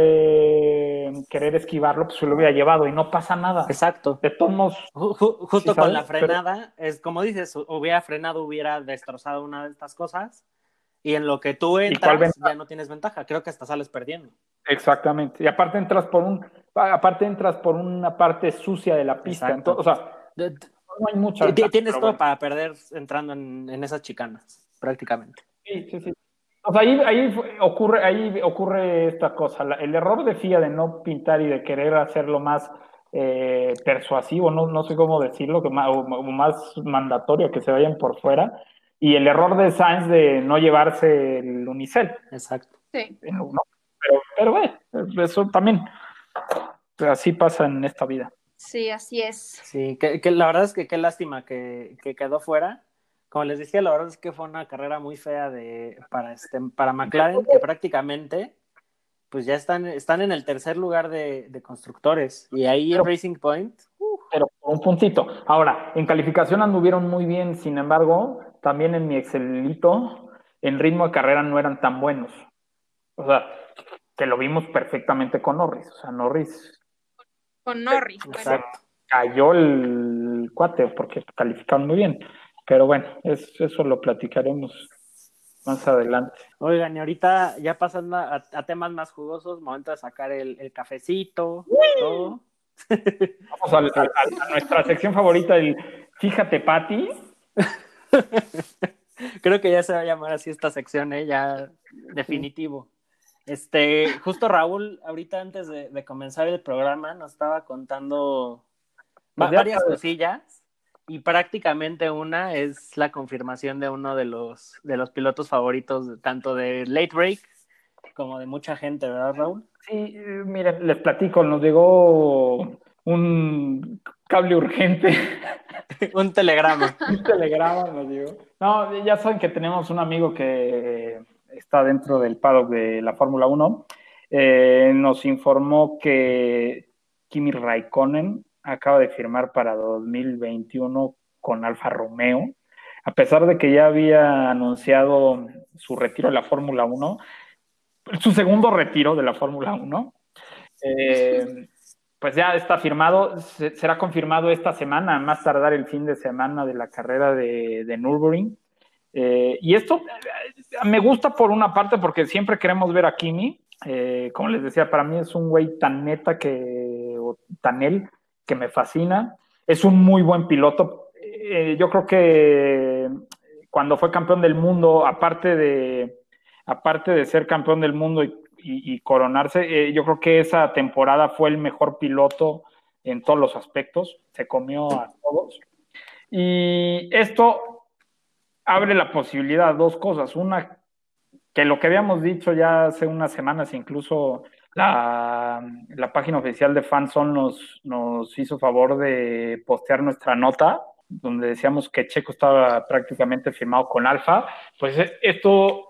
de querer esquivarlo, pues se lo hubiera llevado y no pasa nada. Exacto. De todos modos, justo ¿sí con la frenada, pero... es como dices, hubiera frenado, hubiera destrozado una de estas cosas y en lo que tú entras ya no tienes ventaja, creo que hasta sales perdiendo. Exactamente. Y aparte entras por un, aparte entras por una parte sucia de la pista. Entonces, o sea, de, de, no hay mucha ventaja, tienes todo bueno. para perder entrando en, en esas chicanas, prácticamente. Sí, sí, sí. O sea, ahí, ahí ocurre, ahí ocurre esta cosa. La, el error de F I A de no pintar y de querer hacerlo más eh, persuasivo, no, no sé cómo decirlo, que más, o, o más mandatorio, que se vayan por fuera. Y el error de Sainz de no llevarse el unicel. Exacto. Sí. No, pero, pero eh, eso también, así pasa en esta vida. Sí, así es. Sí, que, que la verdad es que qué lástima que, que quedó fuera. Como les decía, la verdad es que fue una carrera muy fea de, para, este, para McLaren, que prácticamente pues ya están, están en el tercer lugar de, de constructores. Y ahí Pero, en Racing Point. Uh. Pero por un puntito. Ahora, en calificación anduvieron muy bien, sin embargo, también en mi Excelito, en ritmo de carrera no eran tan buenos. O sea, que lo vimos perfectamente con Norris. O sea, Norris. Con Norris, Se bueno. cayó el cuate porque calificaron muy bien. Pero bueno, es, eso lo platicaremos más adelante. Oigan, y ahorita ya pasando a, a temas más jugosos, momento de sacar el, el cafecito, todo. Vamos al, a, a, a nuestra sección favorita, el Fíjate, Pati. Creo que ya se va a llamar así esta sección, ¿eh? Ya definitivo. Este, justo Raúl, ahorita antes de, de comenzar el programa, nos estaba contando Pues va, varias sabes. cosillas, y prácticamente una es la confirmación de uno de los, de los pilotos favoritos, tanto de Late Break como de mucha gente, ¿verdad, Raúl? Sí, miren, les platico, nos llegó un cable urgente. Un telegrama. Un telegrama nos llegó. No, ya saben que tenemos un amigo que está dentro del paddock de la Fórmula uno. Eh, nos informó que Kimi Raikkonen acaba de firmar para dos mil veintiuno con Alfa Romeo. A pesar de que ya había anunciado su retiro de la Fórmula uno, su segundo retiro de la Fórmula uno, eh, pues ya está firmado, será confirmado esta semana, más tardar el fin de semana de la carrera de, de Nürburgring. Eh, y esto eh, me gusta por una parte porque siempre queremos ver a Kimi. Eh, como les decía, para mí es un güey tan neta que, o tan él, que me fascina. Es un muy buen piloto. Eh, yo creo que cuando fue campeón del mundo, aparte de, aparte de ser campeón del mundo y Y, y coronarse. Eh, yo creo que esa temporada fue el mejor piloto en todos los aspectos, se comió a todos. Y esto abre la posibilidad a dos cosas. Una, que lo que habíamos dicho ya hace unas semanas, incluso la, la página oficial de Fanzone nos, nos hizo favor de postear nuestra nota, donde decíamos que Checo estaba prácticamente firmado con Alfa. Pues esto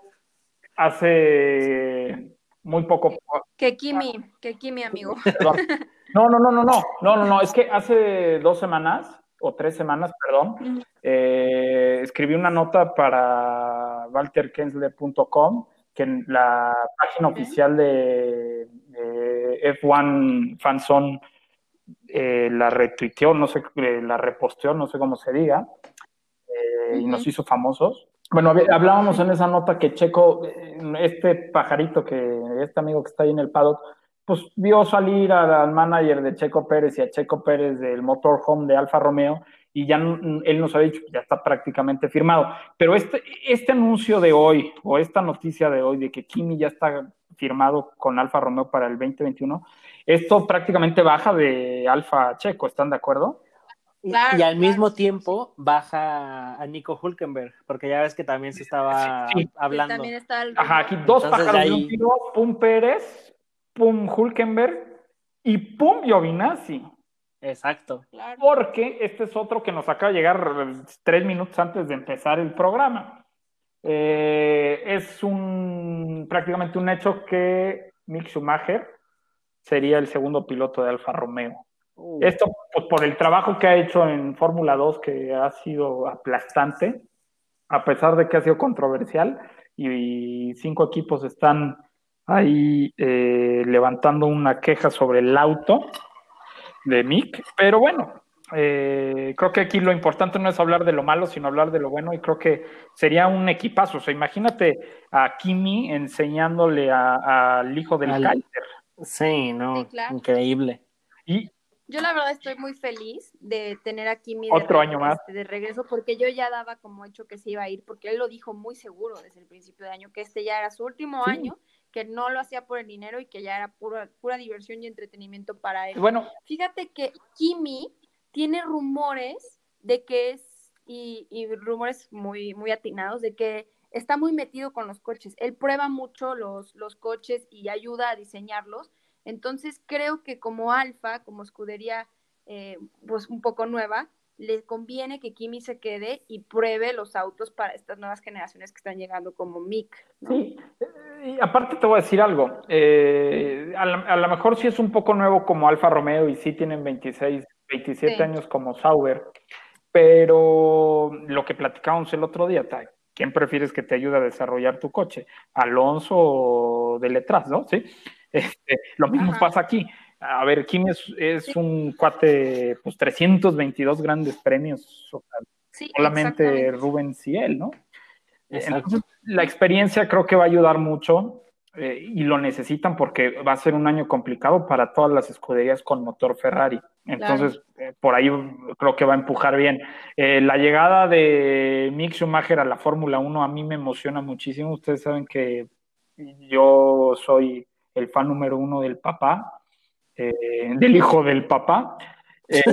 hace muy poco. Que Kimi, que Kimi, amigo. Perdón. No, no, no, no, no, no, no, no, es que hace dos semanas, o tres semanas, perdón, eh, escribí una nota para walter kensler punto com, que en la página okay. oficial de, de F uno Fanzone eh, la retuiteó, no sé, eh, la reposteó, no sé cómo se diga, eh, uh-huh. y nos hizo famosos. Bueno, hablábamos en esa nota que Checo, este pajarito, que este amigo que está ahí en el paddock, pues vio salir al manager de Checo Pérez y a Checo Pérez del motorhome de Alfa Romeo, y ya él nos ha dicho que ya está prácticamente firmado. Pero este, este anuncio de hoy, o esta noticia de hoy, de que Kimi ya está firmado con Alfa Romeo para el veinte veintiuno, esto prácticamente baja de Alfa a Checo, ¿están de acuerdo? Claro, y al claro. mismo tiempo baja a Nico Hülkenberg, porque ya ves que también se estaba sí, sí. hablando. También está el... Ajá, aquí dos Entonces, pájaros de un tiro, pum Pérez, pum Hülkenberg y pum Giovinazzi. Exacto. Claro. Porque este es otro que nos acaba de llegar tres minutos antes de empezar el programa. Eh, es un prácticamente un hecho que Mick Schumacher sería el segundo piloto de Alfa Romeo. Uh. Esto pues, por el trabajo que ha hecho en Fórmula dos, que ha sido aplastante, a pesar de que ha sido controversial, y cinco equipos están ahí eh, levantando una queja sobre el auto de Mick, pero bueno, eh, creo que aquí lo importante no es hablar de lo malo, sino hablar de lo bueno, y creo que sería un equipazo. O sea, imagínate a Kimi enseñándole al hijo del al... Kaiser. Sí, no, sí, claro. Increíble. Y yo la verdad estoy muy feliz de tener a Kimi de, otro re- año más. Este, de regreso, porque yo ya daba como hecho que se iba a ir, porque él lo dijo muy seguro desde el principio de año, que este ya era su último sí. año, que no lo hacía por el dinero y que ya era pura, pura diversión y entretenimiento para él. Bueno, fíjate que Kimi tiene rumores de que es, y, y rumores muy, muy atinados, de que está muy metido con los coches. Él prueba mucho los, los coches y ayuda a diseñarlos. Entonces creo que como Alfa, como escudería eh, pues un poco nueva, le conviene que Kimi se quede y pruebe los autos para estas nuevas generaciones que están llegando como Mick, ¿no? Sí, y aparte te voy a decir algo, eh, a, la, a lo mejor sí es un poco nuevo como Alfa Romeo y sí tienen veintiséis, veintisiete Sí. años como Sauber, pero lo que platicábamos el otro día, ¿quién prefieres que te ayude a desarrollar tu coche? Alonso o de Letras, ¿no? Sí. Este, lo mismo Ajá. pasa aquí. A ver, Kimi es, es Sí. un cuate, pues trescientos veintidós grandes premios, o sea, Sí, solamente exactamente. Rubens y él, ¿no? Exacto. Entonces, la experiencia creo que va a ayudar mucho eh, y lo necesitan porque va a ser un año complicado para todas las escuderías con motor Ferrari. Entonces, claro. eh, por ahí creo que va a empujar bien. Eh, la llegada de Mick Schumacher a la Fórmula uno a mí me emociona muchísimo. Ustedes saben que yo soy el fan número uno del papá, eh, del hijo del papá. Eh,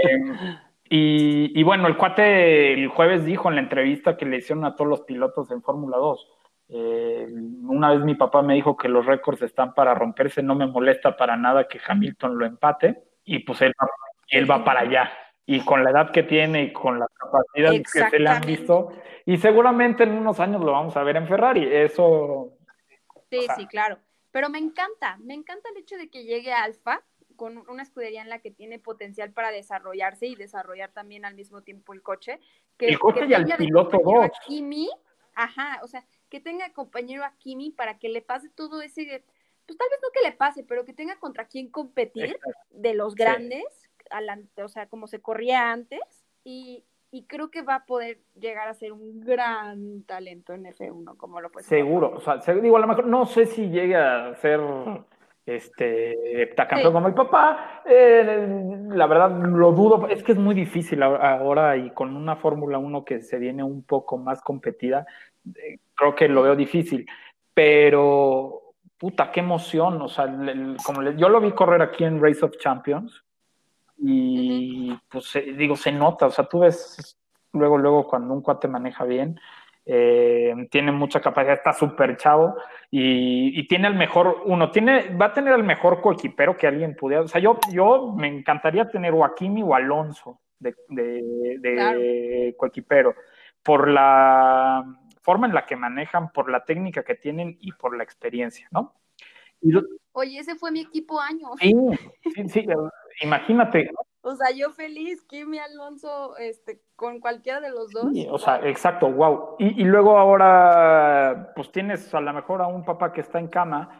y, y bueno, el cuate el jueves dijo en la entrevista que le hicieron a todos los pilotos en Fórmula dos. Eh, una vez mi papá me dijo que los récords están para romperse, no me molesta para nada que Hamilton lo empate, y pues él, él va para allá. Y con la edad que tiene y con las capacidades que se le han visto, y seguramente en unos años lo vamos a ver en Ferrari. Eso. Sí, o sea, sí, claro. Pero me encanta, me encanta el hecho de que llegue Alfa con una escudería en la que tiene potencial para desarrollarse y desarrollar también al mismo tiempo el coche. Que, el coche que y al piloto dos. Kimi, ajá, o sea, que tenga compañero a Kimi para que le pase todo ese, pues tal vez no que le pase, pero que tenga contra quién competir. Exacto. De los grandes, sí. la, o sea, como se corría antes, y, y creo que va a poder llegar a ser un gran talento en F uno, como lo puede ser. Seguro, o sea, digo, a lo mejor no sé si llegue a ser este heptacampeón sí. como el papá, eh, la verdad lo dudo, es que es muy difícil ahora y con una Fórmula uno que se viene un poco más competida, eh, creo que lo veo difícil, pero puta, qué emoción, o sea, el, como le, yo lo vi correr aquí en Race of Champions y uh-huh. pues eh, digo, se nota, o sea, tú ves luego, luego cuando un cuate maneja bien, Eh, tiene mucha capacidad, está súper chavo y, y tiene el mejor, uno, tiene, va a tener el mejor coequipero que alguien pudiera, o sea, yo, yo me encantaría tener o a Kimi o Alonso de, de, de claro. coequipero, por la forma en la que manejan, por la técnica que tienen y por la experiencia, ¿no? Y lo, Oye, ese fue mi equipo años. Sí, sí, sí, imagínate. O sea, yo feliz, Kimi Alonso, este, con cualquiera de los dos. Sí, o sea, exacto, wow. Y, y luego ahora, pues tienes a lo mejor a un papá que está en cama,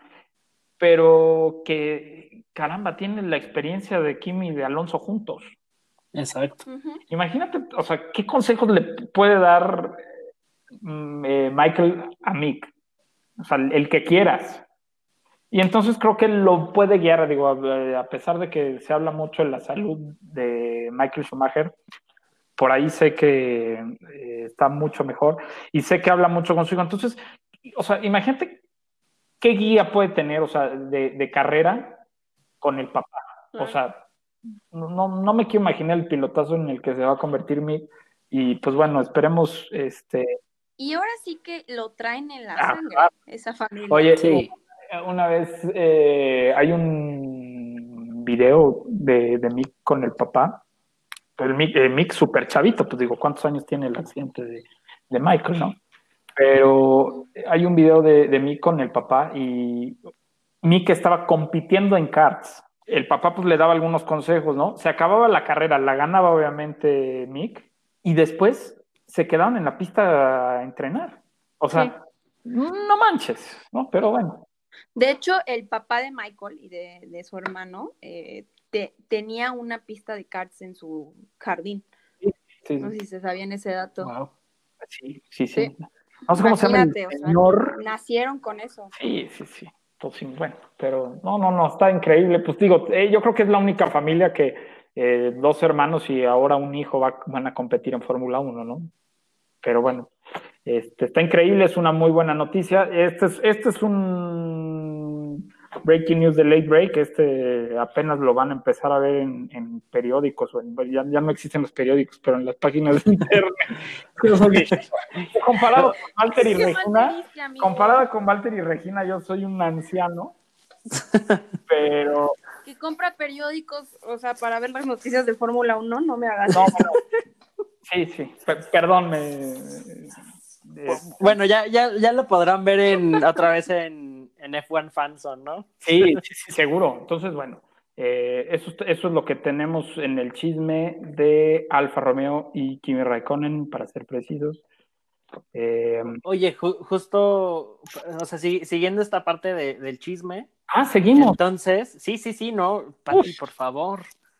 pero que, caramba, tiene la experiencia de Kimi y de Alonso juntos. Exacto. Uh-huh. Imagínate, o sea, ¿qué consejos le puede dar eh, Michael a Mick? O sea, el que quieras. Y entonces creo que lo puede guiar, digo, a, a pesar de que se habla mucho de la salud de Michael Schumacher, por ahí sé que eh, está mucho mejor y sé que habla mucho con su hijo. Entonces, o sea, imagínate qué guía puede tener, o sea, de, de carrera con el papá. O sea, no, no me quiero imaginar el pilotazo en el que se va a convertir Mick. Y pues bueno, esperemos este. Y ahora sí que lo traen en la ah, sangre, esa familia. Oye, sí. Una vez eh, hay un video de, de Mick con el papá. El Mick, eh, Mick súper chavito, pues digo, ¿cuántos años tiene el accidente de, de Michael, no? Pero hay un video de, de Mick con el papá y Mick estaba compitiendo en karts. El papá pues le daba algunos consejos, ¿no? Se acababa la carrera, la ganaba obviamente Mick y después se quedaron en la pista a entrenar. O sea, sí. No manches, ¿no? Pero bueno. De hecho, el papá de Michael y de, de su hermano eh, te, tenía una pista de karts en su jardín. Sí, sí, no sé si se sabían ese dato. Wow. Sí, sí, sí. sí. No sé cómo se llama el señor. O sea, nacieron con eso. Sí, sí, sí. Pues sí, bueno, pero no, no, no, está increíble. Pues digo, eh, yo creo que es la única familia que eh, dos hermanos y ahora un hijo va, van a competir en Fórmula uno, ¿no? Pero bueno, este, está increíble, es una muy buena noticia. Este es, este es un breaking news de Late Break, este apenas lo van a empezar a ver en, en periódicos, o en, ya, ya no existen los periódicos, pero en las páginas de internet. Comparado con Walter y Regina, comparada con Walter y Regina, yo soy un anciano, pero, que compra periódicos, o sea, para ver las noticias de Fórmula uno, no me hagas No, eso. bueno, sí, sí, per- perdón, me... eh, Bueno, ya, ya, ya lo podrán ver en, otra vez en, en F uno Fanzone, ¿no? sí, sí, sí, seguro. Entonces, bueno, eh, eso, es- eso es lo que tenemos en el chisme de Alfa Romeo y Kimi Raikkonen, para ser precisos. Eh, Oye, ju- justo, o sea, si- siguiendo esta parte de- del chisme, ah, seguimos. entonces, sí, sí, sí, no, Pati, Uf. por favor.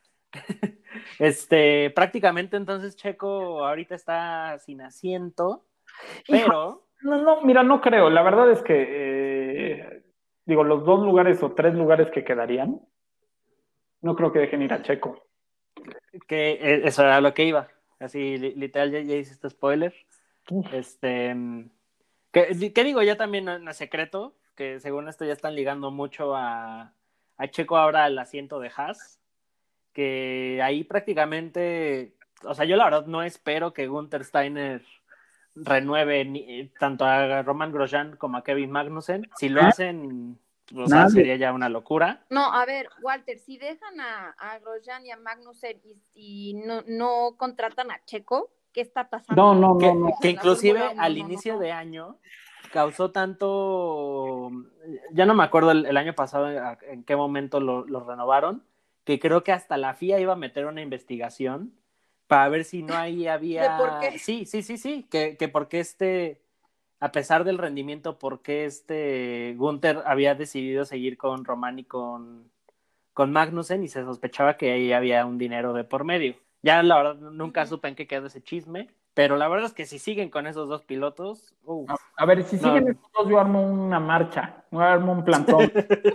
Este, prácticamente entonces Checo ahorita está sin asiento, Hijo, pero no, no, mira, no creo. La verdad es que, eh, digo, los dos lugares o tres lugares que quedarían, no creo que dejen ir a Checo. que eh, eso era lo que iba. Así, li- literal, ya, ya hiciste spoiler. Uf. Este, mm, que, que digo, ya también no, no es secreto, que según esto ya están ligando mucho a, a Checo ahora al asiento de Haas, que ahí prácticamente, o sea, yo la verdad no espero que Gunther Steiner renueve ni, tanto a Roman Grosjean como a Kevin Magnussen. Si lo hacen, o sea, Nadie. sería ya una locura. No, a ver, Walter, si dejan a, a Grosjean y a Magnussen y, y no, no contratan a Checo, ¿qué está pasando? No, no, Que, no, no. que En la Fórmula inclusive uno, al no, inicio no, no. de año causó tanto, ya no me acuerdo el, el año pasado en, en qué momento lo, lo renovaron, que creo que hasta la F I A iba a meter una investigación para ver si no ahí había... ¿De por qué? Sí, sí, sí, sí, que, que porque este, a pesar del rendimiento, porque este Gunther había decidido seguir con Román y con, con Magnussen y se sospechaba que ahí había un dinero de por medio. Ya la verdad nunca Ujú. supe en qué quedó ese chisme, pero la verdad es que si siguen con esos dos pilotos, uf, A, a ver, si no. siguen estos dos, yo armo una marcha, yo armo un plantón.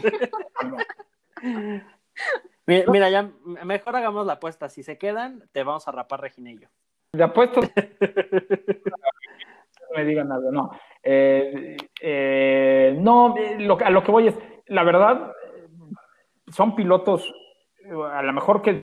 Mira, mira, ya mejor hagamos la apuesta. Si se quedan, te vamos a rapar Regina y yo. De apuesto, no me digan algo, no. Eh, eh, no, eh, lo, a lo que voy es, la verdad, son pilotos, eh, a lo mejor que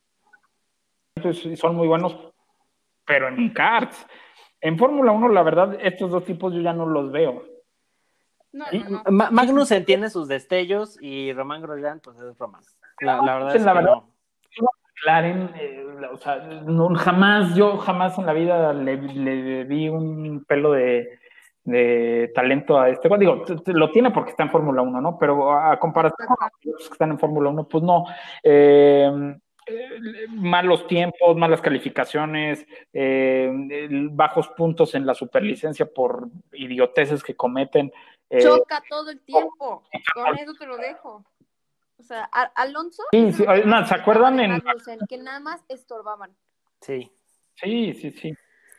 son muy buenos, pero en karts. En Fórmula uno, la verdad, estos dos tipos yo ya no los veo. No, Y, no, no. Ma- Magnussen tiene sus destellos y Román Grosjean, pues es Román. La, la verdad es la que verdad, no. McLaren, eh, o sea, no, jamás, yo jamás en la vida le, le vi un pelo de, de talento a este. Bueno, digo, t- t- lo tiene porque está en Fórmula uno, ¿no? Pero a comparación con los pilotos que están en Fórmula uno, pues no. Eh, eh, malos tiempos, malas calificaciones, eh, bajos puntos en la superlicencia por idioteces que cometen. Eh, Choca todo el tiempo. Con eso te lo dejo. O sea, a- Alonso. sí, eso sí, es lo que no, más ¿se criticaba acuerdan de en Magnussen, que nada más estorbaban. Sí. Sí, sí, sí.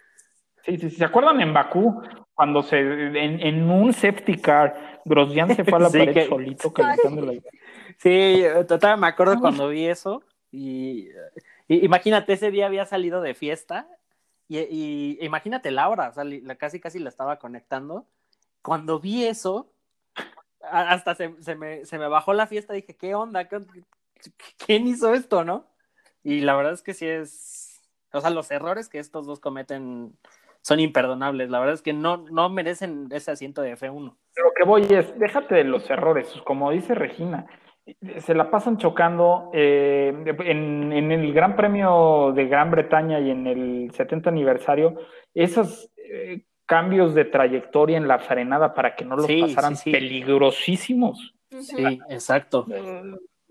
Sí, sí, sí. ¿Se acuerdan en Bakú cuando se en, en un safety car Grosjean se fue a la Sí, pared que- solito calentando la idea? Sí, total, me acuerdo cuando vi eso. Y, y imagínate, ese día había salido de fiesta. Y, y imagínate Laura, o sea, li- la, casi casi la estaba conectando. Cuando vi eso, a- hasta se, se me, se me bajó la fiesta. Dije, ¿qué onda? ¿Qué- ¿Quién hizo esto, no? Y la verdad es que sí es. O sea, los errores que estos dos cometen son imperdonables. La verdad es que no, no merecen ese asiento de F uno. Lo que voy es, déjate de los errores, como dice Regina, se la pasan chocando eh, en, en el Gran Premio de Gran Bretaña y en el setenta aniversario, esos eh, cambios de trayectoria en la frenada para que no los Sí, pasaran sí, sí. peligrosísimos. Sí, exacto. Eh,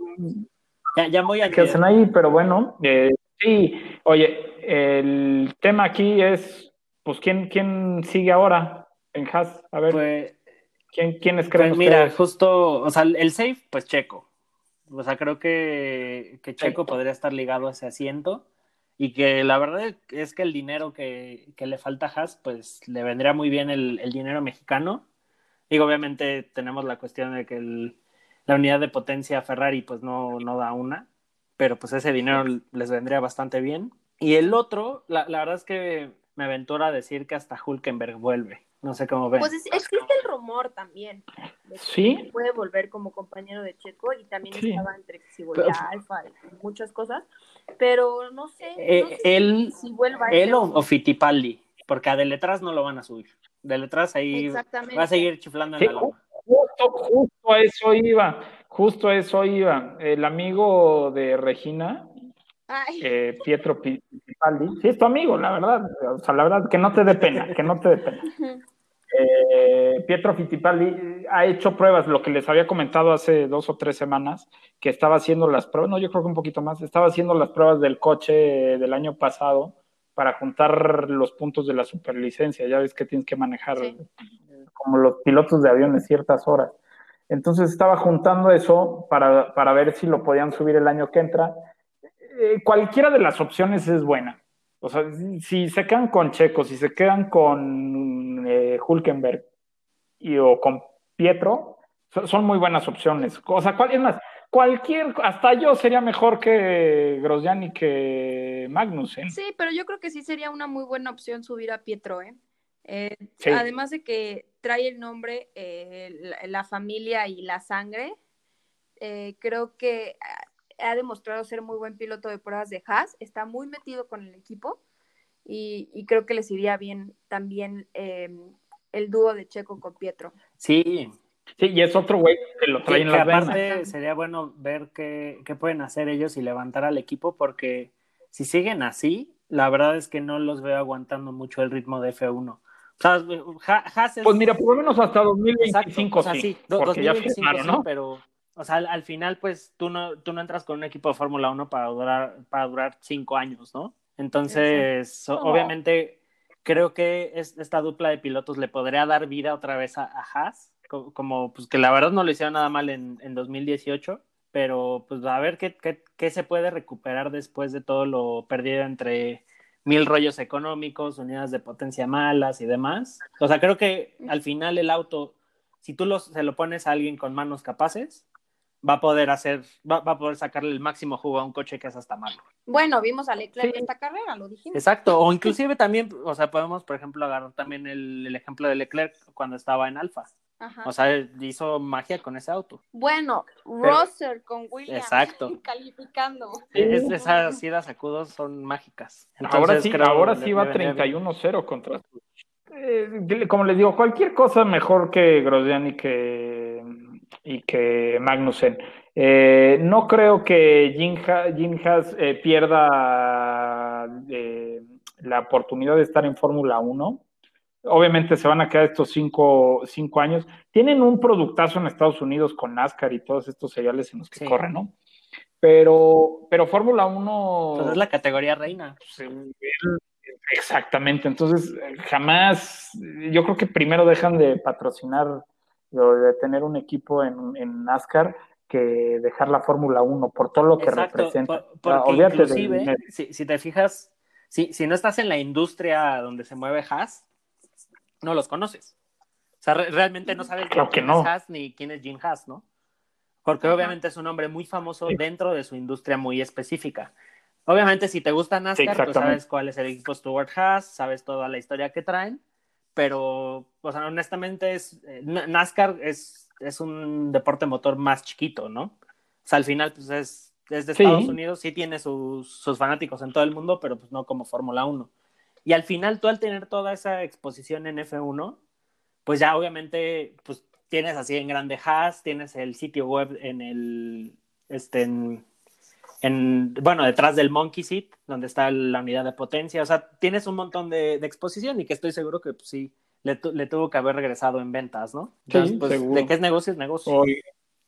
Ya, ya voy a que hacen ahí, pero bueno, eh, sí, oye, el tema aquí es, pues, ¿quién, quién sigue ahora en Haas? A ver, Pues, ¿quién, ¿quiénes creen pues mira, ustedes? justo, o sea, el safe, pues Checo. O sea, creo que, que Checo Sí. podría estar ligado a ese asiento y que la verdad es que el dinero que, que le falta a Haas, pues le vendría muy bien el, el dinero mexicano. Digo, obviamente tenemos la cuestión de que el, la unidad de potencia Ferrari pues no, no da una, pero pues ese dinero les vendría bastante bien. Y el otro, la, la verdad es que me aventuro a decir que hasta Hülkenberg vuelve. No sé cómo ven. Pues es- existe el rumor también de que ¿Sí? puede volver como compañero de Checo y también Sí. estaba entre que si Pero- volvía a Alfa y muchas cosas, pero no sé, Eh, no sé él, si vuelva él o, F uno. o Fittipaldi, porque a Deletraz no lo van a subir. Deletraz ahí Exactamente. va a seguir chiflando en Sí, la loma. justo, justo a eso iba, justo eso iba. El amigo de Regina, Ay. eh, Pietro Fittipaldi, sí, es tu amigo, la verdad. O sea, la verdad, que no te dé pena, que no te dé pena. Eh, Pietro Fittipaldi ha hecho pruebas, lo que les había comentado hace dos o tres semanas, que estaba haciendo las pruebas, no, yo creo que un poquito más, estaba haciendo las pruebas del coche del año pasado para juntar los puntos de la superlicencia. Ya ves que tienes que manejar, sí, como los pilotos de aviones, ciertas horas. Entonces estaba juntando eso para, para ver si lo podían subir el año que entra. Eh, cualquiera de las opciones es buena. O sea, si, si se quedan con Checo, si se quedan con eh, Hülkenberg y, o con Pietro, so, son muy buenas opciones. O sea, ¿cuál, es más? Cualquier, hasta yo sería mejor que Grosjean y que Magnussen. Sí, pero yo creo que sí sería una muy buena opción subir a Pietro, ¿eh? Eh, sí. Además de que trae el nombre, eh, la, la familia y la sangre, eh, creo que ha demostrado ser muy buen piloto de pruebas de Haas, está muy metido con el equipo y, y creo que les iría bien también eh, el dúo de Checo con Pietro. Sí. Sí, y es otro güey que lo trae que, en que las aparte venas. Sería bueno ver qué, qué pueden hacer ellos y levantar al equipo, porque si siguen así, la verdad es que no los veo aguantando mucho el ritmo de F uno. O sea, Haas es... Pues mira, por lo menos hasta dos mil veinticinco. Exacto, o sea, sí, sí, do, porque dos mil veinticinco ya firmaron, sí, ¿no? pero o sea, al, al final pues tú no, tú no entras con un equipo de Fórmula uno para durar, para durar cinco años, ¿no? Entonces, so, no. obviamente, creo que es, esta dupla de pilotos le podría dar vida otra vez a, a Haas, como, como pues que la verdad no lo hicieron nada mal en, en dos mil dieciocho, pero pues a ver qué, qué, qué se puede recuperar después de todo lo perdido entre mil rollos económicos, unidades de potencia malas y demás. O sea, creo que al final el auto, si tú lo, se lo pones a alguien con manos capaces, va a poder hacer, va, va a poder sacarle el máximo jugo a un coche que es hasta malo. Bueno, vimos a Leclerc Sí. esta carrera, lo dijimos. Exacto, o inclusive también, o sea, podemos, por ejemplo, agarrar también el, el ejemplo de Leclerc cuando estaba en Alfa. Ajá. O sea, hizo magia con ese auto. Bueno, Russell con Williams. Exacto. Calificando. Es, esas idas a Kudos son mágicas. Entonces, ahora sí, creo ahora le, sí le va treinta y uno cero contra. Eh, como les digo, cualquier cosa mejor que Grosjean y que, y que Magnussen. Eh, no creo que Jim, ha, Jim Haas eh, pierda eh, la oportunidad de estar en Fórmula uno. Obviamente se van a quedar estos cinco, cinco años. Tienen un productazo en Estados Unidos con NASCAR y todos estos seriales en los que sí. corren, ¿no? Pero, pero Fórmula uno... Pues es la categoría reina. Pues, exactamente. Entonces, jamás... Yo creo que primero dejan de patrocinar o de tener un equipo en, en NASCAR que dejar la Fórmula uno por todo lo que Exacto, representa. por, porque o sea, olvídate inclusive, del... si, si te fijas, si, si no estás en la industria donde se mueve Haas, no los conoces. O sea, re realmente no sabes claro quién no. es Haas ni quién es Jim Haas, ¿no? Porque Ajá. obviamente es un hombre muy famoso sí. dentro de su industria muy específica. Obviamente, si te gusta NASCAR, sí, pues sabes cuál es el equipo Stuart Haas, sabes toda la historia que traen, pero, o sea, honestamente, es, eh, NASCAR es, es un deporte motor más chiquito, ¿no? O sea, al final, pues es, es de Estados sí. Unidos, sí tiene sus, sus fanáticos en todo el mundo, pero pues no como Fórmula uno. Y al final, tú al tener toda esa exposición en F uno, pues ya obviamente, pues tienes así en grande Haas, tienes el sitio web en el, este, en, en, bueno, detrás del Monkey Seat, donde está la unidad de potencia, o sea, tienes un montón de, de exposición y que estoy seguro que pues, sí, le, tu, le tuvo que haber regresado en ventas, ¿no? Entonces, sí, pues, seguro. De qué es negocio, es negocio. Oigan.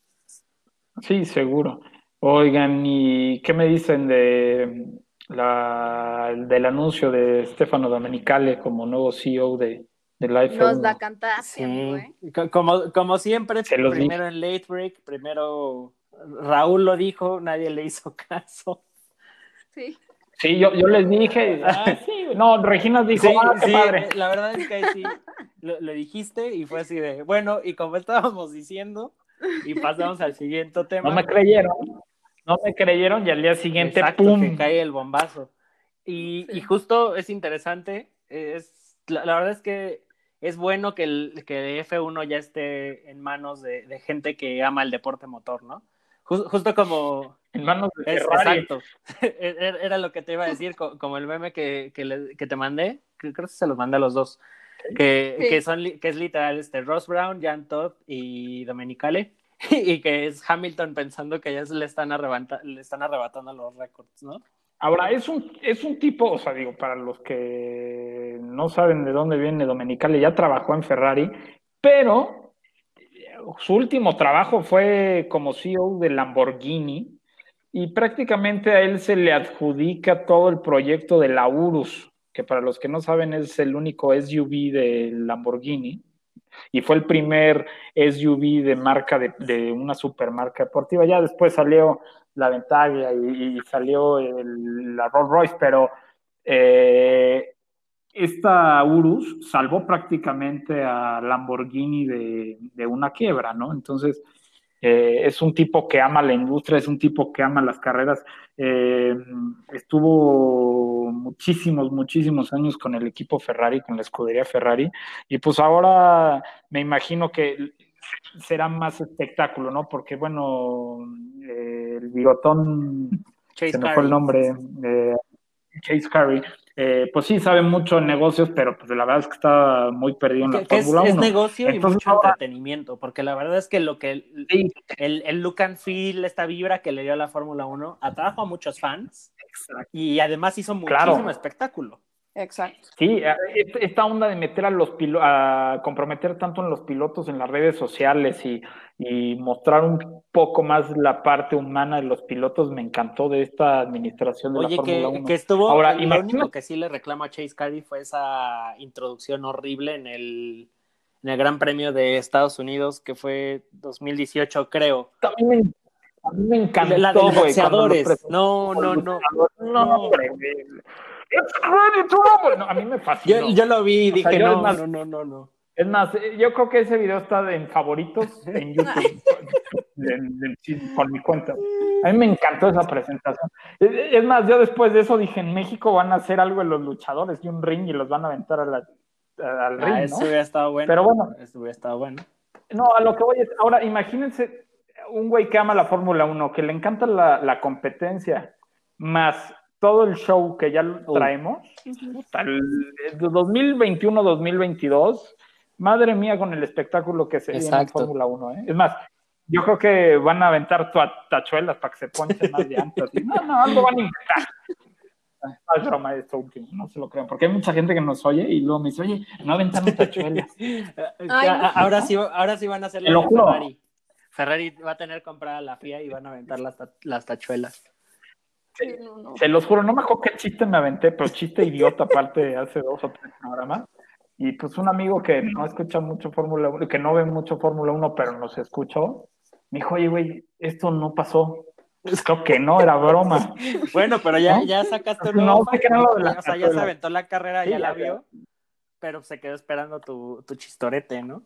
Sí, seguro. Oigan, ¿y qué me dicen de la, del anuncio de Stefano Domenicali como nuevo C E O de, de la F uno? Nos la cantaste, sí. amigo, ¿eh? Como, como siempre, primero dije. en late break, primero Raúl lo dijo, nadie le hizo caso. Sí. Sí, yo, yo les dije, ah, sí, no, Regina dijo, sí, ah, qué sí, padre. La verdad es que sí, lo, lo dijiste y fue así de, bueno, y como estábamos diciendo, y pasamos al siguiente tema. No me creyeron, no me creyeron y al día siguiente, Exacto, ¡pum! Que cae el bombazo. Y, sí. y justo es interesante, es, la, la verdad es que es bueno que el que F uno ya esté en manos de, de gente que ama el deporte motor, ¿no? Just, justo como... En manos de es, Ferrari. Exacto. Era lo que te iba a decir, como el meme que, que, le, que te mandé, creo que se los mandé a los dos, ¿sí? que, sí. que, son, que es literal este, Ross Brown, Jan Todd y Domenicali. y que es Hamilton pensando que ya le están, arrebata, le están arrebatando los récords, ¿no? Ahora, es un, es un tipo, o sea, digo, para los que no saben de dónde viene Domenicali, ya trabajó en Ferrari, pero su último trabajo fue como C E O de Lamborghini y prácticamente a él se le adjudica todo el proyecto de la Urus, que para los que no saben es el único S U V de Lamborghini y fue el primer S U V de marca de, de una supermarca deportiva. Ya después salió la Ventaglia y, y salió el, la Rolls Royce, pero eh, esta Urus salvó prácticamente a Lamborghini de, de una quiebra, ¿no? Entonces, eh, es un tipo que ama la industria, es un tipo que ama las carreras. Eh, estuvo muchísimos, muchísimos años con el equipo Ferrari, con la escudería Ferrari, y pues ahora me imagino que será más espectáculo, ¿no? Porque, bueno, eh, el bigotón, Chase se me fue el Carey. nombre, eh, Chase Carey, eh, pues sí sabe mucho en negocios, pero pues la verdad es que está muy perdido en la Que, que es, Fórmula es uno. negocio y Entonces mucho ahora, entretenimiento, porque la verdad es que lo que el, sí, el, el look and feel, esta vibra que le dio a la Fórmula uno, atrajo a muchos fans exacto, y además hizo muchísimo claro. espectáculo. Exacto. Sí, esta onda de meter a los pilotos, a comprometer tanto en los pilotos en las redes sociales y, y mostrar un poco más la parte humana de los pilotos me encantó de esta administración de la Oye, Fórmula que, uno. que estuvo, Ahora, lo imagínate, único que sí le reclamo a Chase Carey fue esa introducción horrible en el, en el Gran Premio de Estados Unidos, que fue dos mil dieciocho, creo. a mí me, a mí me La del encantó, güey, cuando lo boxeadores. presentó No, como no, no. luchador. No, No. hombre, güey. It's ready to rumble. No, a mí me Yo, fascinó. yo lo vi y O sea, dije, yo es no, más, no, no, no, no. es más, yo creo que ese video está en favoritos en YouTube de, de, de, con mi cuenta. A mí me encantó esa presentación. Es más, yo después de eso dije, en México van a hacer algo en los luchadores y un ring y los van a aventar a la, a, al Ah, ring, eso ¿no? hubiera estado bueno. Pero bueno. Eso hubiera estado bueno. No, a lo que voy es, ahora imagínense un güey que ama la Fórmula uno, que le encanta la, la competencia, más todo el show que ya traemos, uh. puta, el, el dos mil veintiuno dos mil veintidós, madre mía con el espectáculo que se Exacto. viene en Fórmula uno, ¿eh? Es más, yo creo que van a aventar tachuelas para que se ponchen más llantas. No, no, algo van a inventar. No es broma esto último, no se lo crean, porque hay mucha gente que nos oye y luego me dice, oye, no aventamos tachuelas. Ay, no. ahora, sí, ahora sí van a hacer lo de Ferrari. Ferrari va a tener comprada la F I A y van a aventar las, las tachuelas. Sí, no, no. Se los juro, no me acuerdo qué chiste me aventé, pero chiste idiota aparte hace dos o tres programas. Y pues un amigo que no escucha mucho Fórmula uno, que no ve mucho Fórmula uno, pero nos escuchó, me dijo, oye, güey, esto no pasó. Creo que no, era broma. Bueno, pero ya, ¿no? ya sacaste un nuevo no, sé que lo de la o sea, ya se aventó la carrera, sí, ya, ya la vio, ya. Pero se quedó esperando tu, tu chistorete, ¿no?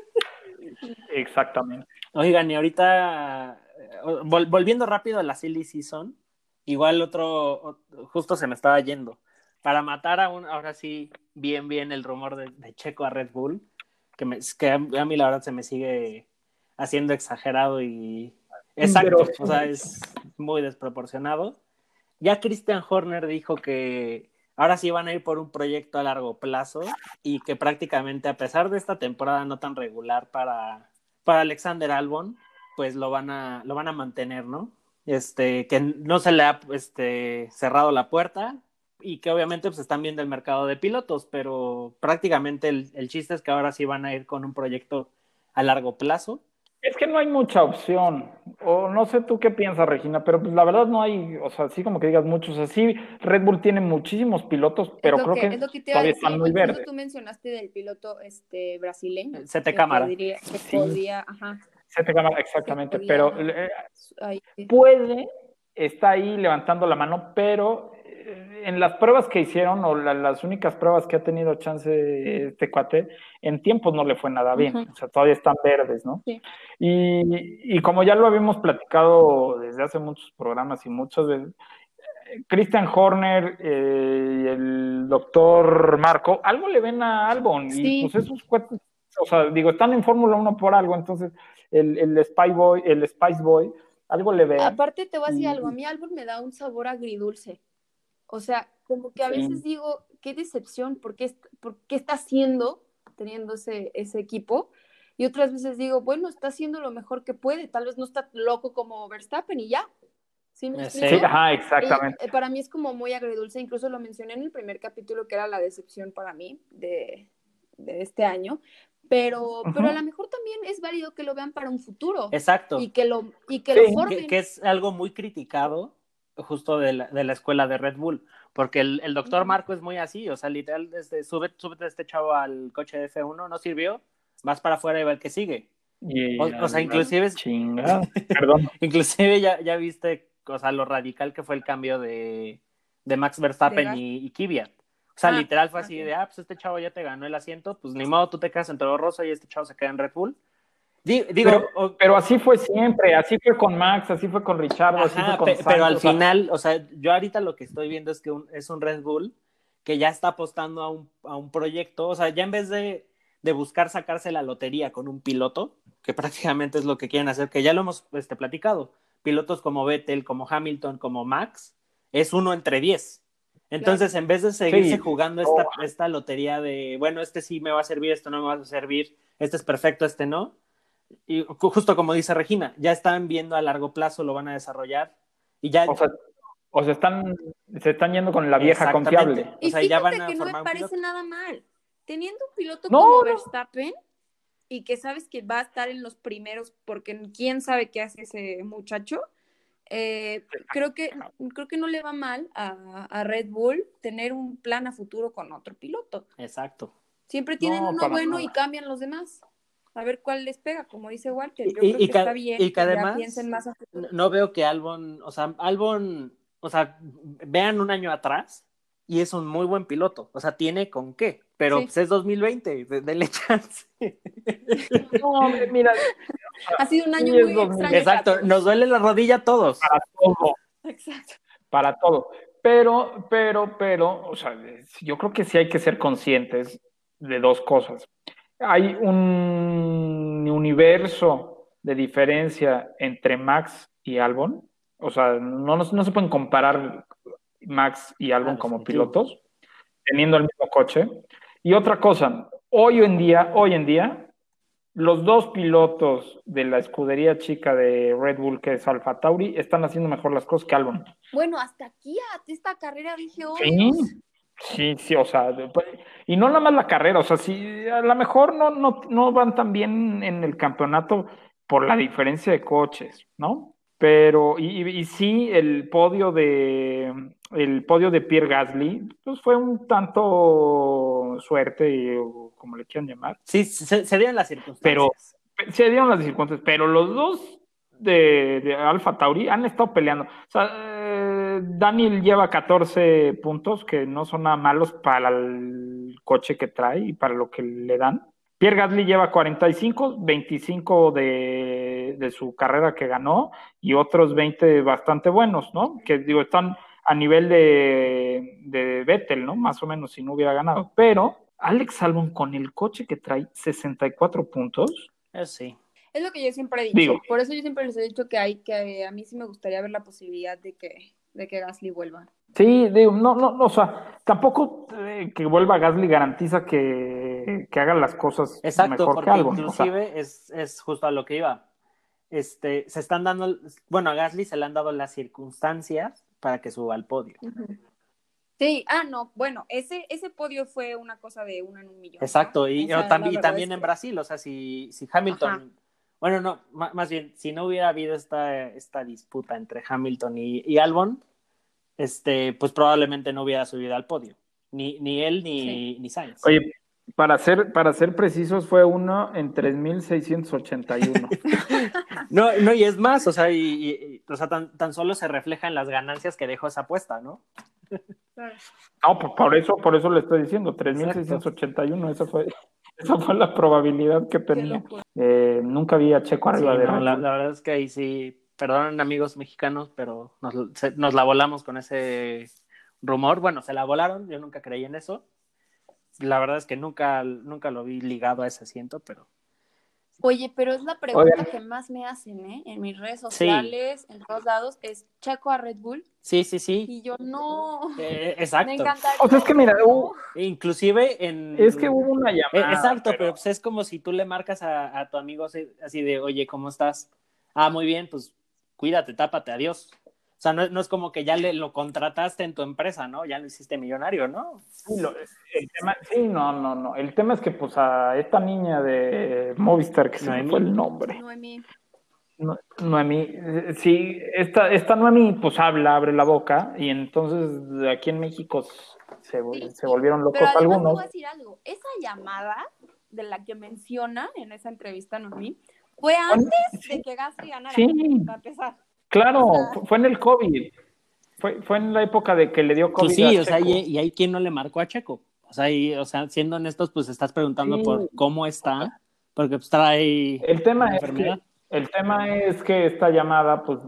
Exactamente. Oigan, y ahorita, vol volviendo rápido a la silly season, igual otro, justo se me estaba yendo, para matar a un, ahora sí, bien, bien el rumor de, de Checo a Red Bull, que, me, que a mí la verdad se me sigue haciendo exagerado y... Exacto, o sea, es muy desproporcionado. Ya Christian Horner dijo que ahora sí van a ir por un proyecto a largo plazo y que prácticamente a pesar de esta temporada no tan regular para, para Alexander Albon, pues lo van a, lo van a mantener, ¿no? Este, que no se le ha este, cerrado la puerta y que obviamente pues están viendo el mercado de pilotos, pero prácticamente el, el chiste es que ahora sí van a ir con un proyecto a largo plazo. Es que no hay mucha opción, o no sé tú qué piensas, Regina, pero pues la verdad no hay, o sea, sí como que digas muchos, o sea, sí, Red Bull tiene muchísimos pilotos, pero creo que, que, es lo que te todavía decir, están muy verdes. Tú mencionaste del piloto este brasileño. Sete Cámara. Que, diría, que sí. podía, ajá. Sete Cámara, exactamente, podía, pero eh, puede, está ahí levantando la mano, pero en las pruebas que hicieron, o la, las únicas pruebas que ha tenido chance este cuate, en tiempos no le fue nada bien, uh-huh. O sea, todavía están verdes, ¿no? Sí. Y, y como ya lo habíamos platicado desde hace muchos programas y muchas veces, Christian Horner eh, y el doctor Marco, algo le ven a Albon, sí. Y pues esos cuates, o sea, digo, están en Fórmula uno por algo, entonces el, el Spy Boy, el Spice Boy, algo le ve. Aparte te voy a decir y... algo, a mí Albon me da un sabor agridulce. O sea, como que a sí. veces digo, qué decepción, ¿por qué, por qué está haciendo, teniendo ese, ese equipo? Y otras veces digo, bueno, está haciendo lo mejor que puede, tal vez no está loco como Verstappen y ya. ¿Sí me Sí. explico? Sí, ajá, Y, exactamente. eh, para mí es como muy agridulce, incluso lo mencioné en el primer capítulo, que era la decepción para mí de, de este año, pero, Ujú. pero a lo mejor también es válido que lo vean para un futuro Exacto. y que lo, y que Sí. lo Que, formen. que es algo muy criticado justo de la, de la escuela de Red Bull, porque el, el doctor Marco es muy así, o sea, literal, este, sube, súbete a este chavo al coche de F uno, no sirvió, vas para afuera y ve el que sigue. Y O, o sea, a la inclusive, chingada. Perdón. inclusive ya, ya viste, o sea, lo radical que fue el cambio de, de Max Verstappen De y, y Kvyat. O sea, Ah, literal fue así ok. de, ah, pues este chavo ya te ganó el asiento, pues ni modo, tú te quedas en Toro Rosso y este chavo se queda en Red Bull. Digo, Pero, o, pero así fue siempre, así fue con Max, así fue con Richardo, así fue ajá, con pe- pero Sainz, al o sea, final, o sea, yo ahorita lo que estoy viendo es que un, es un Red Bull que ya está apostando a un, a un proyecto, o sea, ya en vez de, de buscar sacarse la lotería con un piloto, que prácticamente es lo que quieren hacer, que ya lo hemos este, platicado, pilotos como Vettel, como Hamilton, como Max, es uno entre diez. Entonces, Claro. en vez de seguirse sí, jugando oh, esta, esta lotería de, bueno, este sí me va a servir, esto no me va a servir, este es perfecto, este no, y justo como dice Regina, ya están viendo a largo plazo, lo van a desarrollar y ya o sea, o sea, están, se están yendo con la vieja exactamente, confiable. o Y sea, ya van fíjate a que no me formar un parece piloto. nada mal. Teniendo un piloto No, como no, Verstappen y que sabes que va a estar en los primeros porque quién sabe qué hace ese muchacho, eh, creo, que, creo que no le va mal a, a Red Bull tener un plan a futuro con otro piloto. Exacto. Siempre tienen no, uno para bueno y nada. cambian los demás. A ver cuál les pega, como dice Walter. Y, Yo creo y, y, que está que, bien y que que ya piensen además más a futuro. no veo que Albon, o sea, Albon, o sea, vean un año atrás y es un muy buen piloto, o sea, tiene con qué, pero Sí. pues es dos mil veinte, de, denle chance. No, mira, Ha sido un año sí es muy dos mil extraño veinte para Exacto, nos todos. duele la rodilla a todos. para todo, Exacto. para todo. Pero, pero, pero, o sea, yo creo que sí hay que ser conscientes de dos cosas. Hay un universo de diferencia entre Max y Albon. O sea, no, no, no se pueden comparar Max y Ah, Albon como definitivo. pilotos, teniendo el mismo coche. Y otra cosa, hoy en día, hoy en día, los dos pilotos de la escudería chica de Red Bull, que es Alfa Tauri, están haciendo mejor las cosas que Albon. Bueno, hasta aquí, a esta carrera dije, oh Sí, Dios. sí, sí, o sea, y no nada más la carrera, o sea, si a lo mejor no, no, no van tan bien en el campeonato por la diferencia de coches, ¿no? Pero, y, y sí, el podio de el podio de Pierre Gasly, pues fue un tanto suerte, o como le quieran llamar, Sí, se, se dieron las pero circunstancias. se dieron las circunstancias, pero los dos de, de Alfa Tauri han estado peleando. O sea, eh, Daniel lleva catorce puntos, que no son nada malos para el coche que trae y para lo que le dan. Pierre Gasly lleva cuarenta y cinco, veinticinco de, de su carrera que ganó y otros veinte bastante buenos, ¿no? Que digo, están a nivel de, de Vettel, ¿no? Más o menos si no hubiera ganado. Pero Alex Albon con el coche que trae sesenta y cuatro puntos, Eso sí. Es lo que yo siempre he digo, dicho. Por eso yo siempre les he dicho que hay, que a mí sí me gustaría ver la posibilidad de que, de que Gasly vuelva. sí, digo, no, no, no, o sea, tampoco eh, que vuelva Gasly garantiza que, que haga las cosas Exacto, mejor que porque Albon, o sea, inclusive es, es justo a lo que iba. Este, se están dando, bueno, a Gasly se le han dado las circunstancias para que suba al podio. Uh-huh. Sí, ah, no, bueno, ese, ese podio fue una cosa de uno en un millón. Exacto, ¿no? y, O sea, o también, la y verdad también es en que... Brasil, o sea, si, si Hamilton, Ajá. bueno, no, más, más bien, si no hubiera habido esta, esta disputa entre Hamilton y, y Albon, este, pues probablemente no hubiera subido al podio, ni, ni él ni, Sí. ni Sainz. oye, para ser, para ser precisos, fue uno en tres mil seiscientos ochenta y uno. No, no, y es más, o sea, y, y, o sea, tan, tan solo se refleja en las ganancias que dejó esa apuesta, ¿no? Claro. No, por, por eso, por eso le estoy diciendo, Exacto. tres mil seiscientos ochenta y uno, esa fue, esa fue la probabilidad que Qué tenía. locura. Eh, nunca vi a Checo Sí, arriba de no, Red la, Bull. la verdad es que ahí sí, perdonen amigos mexicanos, pero nos, se, nos la volamos con ese rumor. Bueno, se la volaron, yo nunca creí en eso. La verdad es que nunca, nunca lo vi ligado a ese asiento, pero Oye, pero es la pregunta Oigan. que más me hacen, ¿eh? En mis redes sociales, sí. En todos lados, es ¿Checo a Red Bull? Sí, sí, sí. Y yo no. Eh, exacto. Me encantaría. O sea, es que mira, ¿no? inclusive en... Es que hubo una llamada. Eh, exacto, pero... pero pues es como si tú le marcas a, a tu amigo así, así de, oye, ¿cómo estás? Ah, muy bien, pues cuídate, tápate, adiós. O sea, no, no es como que ya le, lo contrataste en tu empresa, ¿no? Ya lo hiciste millonario, ¿no? Sí, lo, el tema, sí, no, no, no. El tema es que, pues, a esta niña de Movistar, que se me fue el nombre. Noemí. No, Noemí, sí, esta, esta Noemí, pues, habla, abre la boca, y entonces aquí en México se, Sí, se volvieron locos pero además algunos. te voy a decir algo. Esa llamada de la que menciona en esa entrevista Noemí fue antes sí. de que Gasly ganara. Sí, para empezar. Claro, o sea, fue en el COVID. Fue, fue en la época de que le dio COVID. Pues sí, a o sea, Checo. y, y hay quien no le marcó a Checo. O sea, y, o sea, siendo honestos, pues estás preguntando sí. por cómo está, porque pues trae el tema una es enfermedad. Que, el tema es que esta llamada, pues,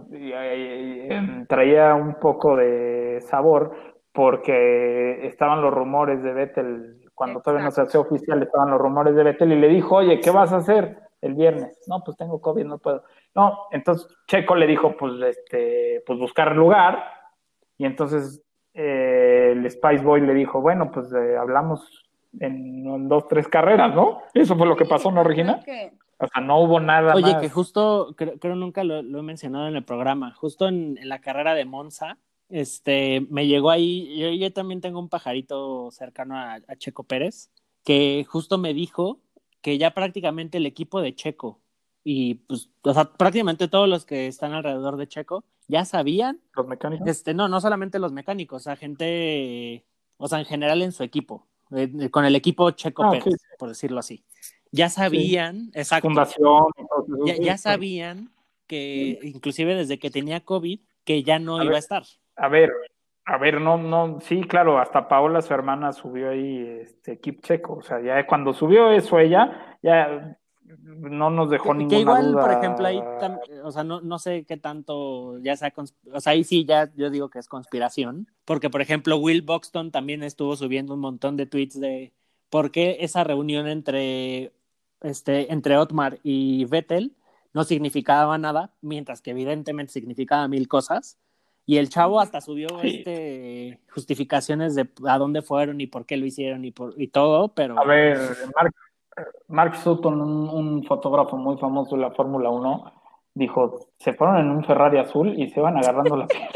traía un poco de sabor, porque estaban los rumores de Vettel, cuando Exacto. todavía no se hacía oficial, estaban los rumores de Vettel, y le dijo, oye, ¿qué vas a hacer el viernes? No, pues tengo COVID, no puedo. No, entonces Checo le dijo, pues, este, pues buscar lugar, y entonces eh, el Spice Boy le dijo, bueno, pues eh, hablamos en, en dos, tres carreras, ¿no? Eso fue lo que pasó, ¿no, Regina? Que... O sea, no hubo nada Oye, más. que justo, creo, creo nunca lo, lo he mencionado en el programa, justo en, en la carrera de Monza, este, me llegó ahí, yo, yo también tengo un pajarito cercano a, a Checo Pérez, que justo me dijo que ya prácticamente el equipo de Checo, y pues, o sea, prácticamente todos los que están alrededor de Checo, ya sabían. ¿Los mecánicos? Este, no, no solamente los mecánicos, o sea, gente, o sea, en general en su equipo, eh, con el equipo Checo ah, Pérez, okay. por decirlo así. Ya sabían, sí. exacto. Fundación. Ya, ya sabían que, inclusive desde que tenía COVID, que ya no a iba ver, a estar. A ver, a ver, no, no, sí, claro, hasta Paola, su hermana, subió ahí este Keep Checo. O sea, ya cuando subió eso ella, ya no nos dejó que, ninguna que igual, duda. Por ejemplo, ahí, tam, o sea, no, no sé qué tanto ya sea, o sea, ahí sí ya yo digo que es conspiración, porque, por ejemplo, Will Buxton también estuvo subiendo un montón de tweets de por qué esa reunión entre, este, entre Otmar y Vettel no significaba nada, mientras que evidentemente significaba mil cosas, y el chavo hasta subió sí. este, justificaciones de a dónde fueron y por qué lo hicieron y, por, y todo, pero... A ver, Mark, Mark Sutton, un, un fotógrafo muy famoso de la Fórmula uno, dijo, se fueron en un Ferrari azul y se van agarrando la piel.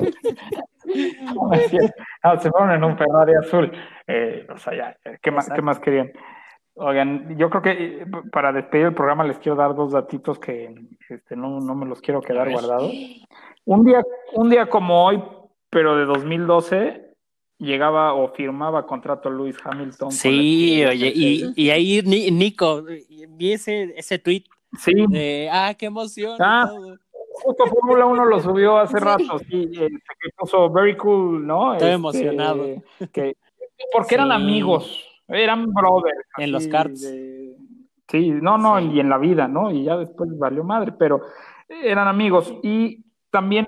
No, no, se fueron en un Ferrari azul. Eh, o sea, ya, ¿qué más, ¿qué más querían? Oigan, yo creo que para despedir el programa les quiero dar dos datitos que este, no, no me los quiero quedar guardados. Un día, un día como hoy, pero de dos mil doce, llegaba o firmaba contrato Lewis Hamilton. Sí, con oye, y, y ahí Nico, vi ese, ese tweet sí. de, ah, qué emoción ah, y todo. Justo Fórmula uno lo subió hace sí. rato, sí, este, que puso very cool, ¿no? Estoy este, emocionado. Que, porque sí. eran amigos, eran brothers. En los karts. De, sí, no, no, sí. y en la vida, ¿no? Y ya después valió madre, pero eran amigos. Y también,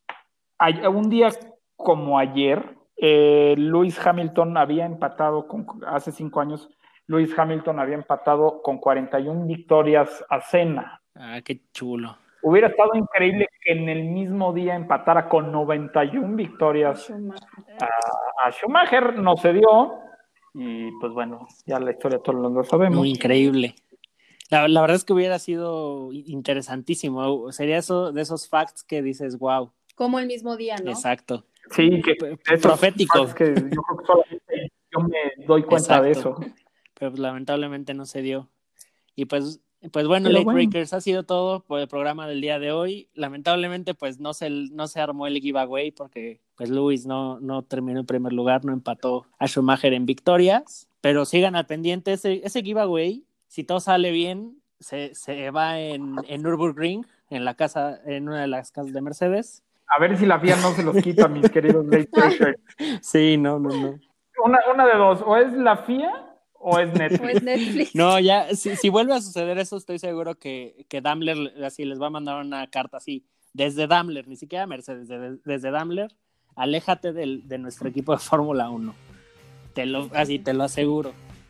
un día como ayer, eh, Lewis Hamilton había empatado, con, hace cinco años, Lewis Hamilton había empatado con cuarenta y una victorias a Senna. Ah, qué chulo. Hubiera estado increíble que en el mismo día empatara con noventa y una victorias a, a Schumacher, no se dio, y pues bueno, ya la historia todos lo sabemos. Muy increíble. La, la verdad es que hubiera sido interesantísimo, sería eso de esos facts que dices, wow. Como el mismo día, ¿no? Exacto. Sí, que profético. Que yo creo que solamente yo me doy cuenta Exacto. de eso. Pero pues, lamentablemente no se dio. Y pues Pues bueno, Late bueno. Breakers, ha sido todo por el programa del día de hoy. Lamentablemente, pues no se, no se armó el giveaway porque pues Lewis no, no terminó en primer lugar, no empató a Schumacher en victorias. Pero sigan al pendiente, ese, ese giveaway, si todo sale bien, se, se va en, en Nürburgring, en la casa, en una de las casas de Mercedes. A ver si la F I A no se los quita, mis queridos Late Breakers. Sí, no, no, no. Una, una de dos, o es la F I A ¿o es Netflix? ¿O es Netflix? No, ya, si, si vuelve a suceder eso, estoy seguro que, que Daimler así les va a mandar una carta así, desde Daimler, ni siquiera Mercedes, desde, desde Daimler, aléjate del, de nuestro equipo de Fórmula uno. Te lo, así te lo aseguro.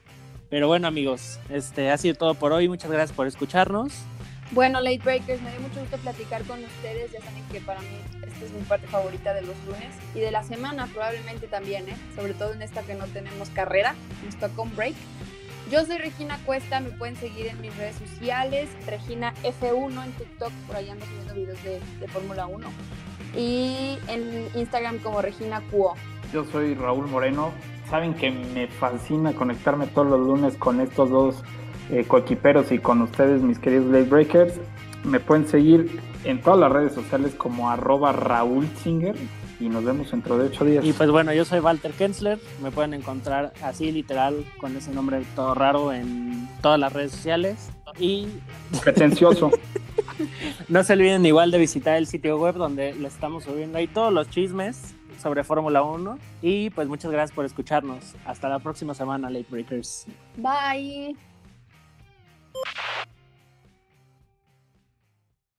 Pero bueno, amigos, este ha sido todo por hoy. Muchas gracias por escucharnos. Bueno, Late Breakers, me dio mucho gusto platicar con ustedes. Ya saben que para mí esta es mi parte favorita de los lunes y de la semana probablemente también, ¿eh? Sobre todo en esta que no tenemos carrera, nos toca un break. Yo soy Regina Cuesta, me pueden seguir en mis redes sociales, Regina F uno en TikTok, por allá ando subiendo videos de, de Fórmula uno. Y en Instagram como Regina Cuo. Yo soy Raúl Moreno. Saben que me fascina conectarme todos los lunes con estos dos eh, coequiperos y con ustedes, mis queridos Late Breakers. Me pueden seguir en todas las redes sociales como arroba Raúl Singer y nos vemos dentro de ocho días. Y pues bueno, yo soy Walter Kensler. Me pueden encontrar así literal con ese nombre todo raro en todas las redes sociales. Y pretencioso. No se olviden igual de visitar el sitio web donde les estamos subiendo ahí todos los chismes sobre Fórmula uno. Y pues muchas gracias por escucharnos. Hasta la próxima semana, Late Breakers. Bye.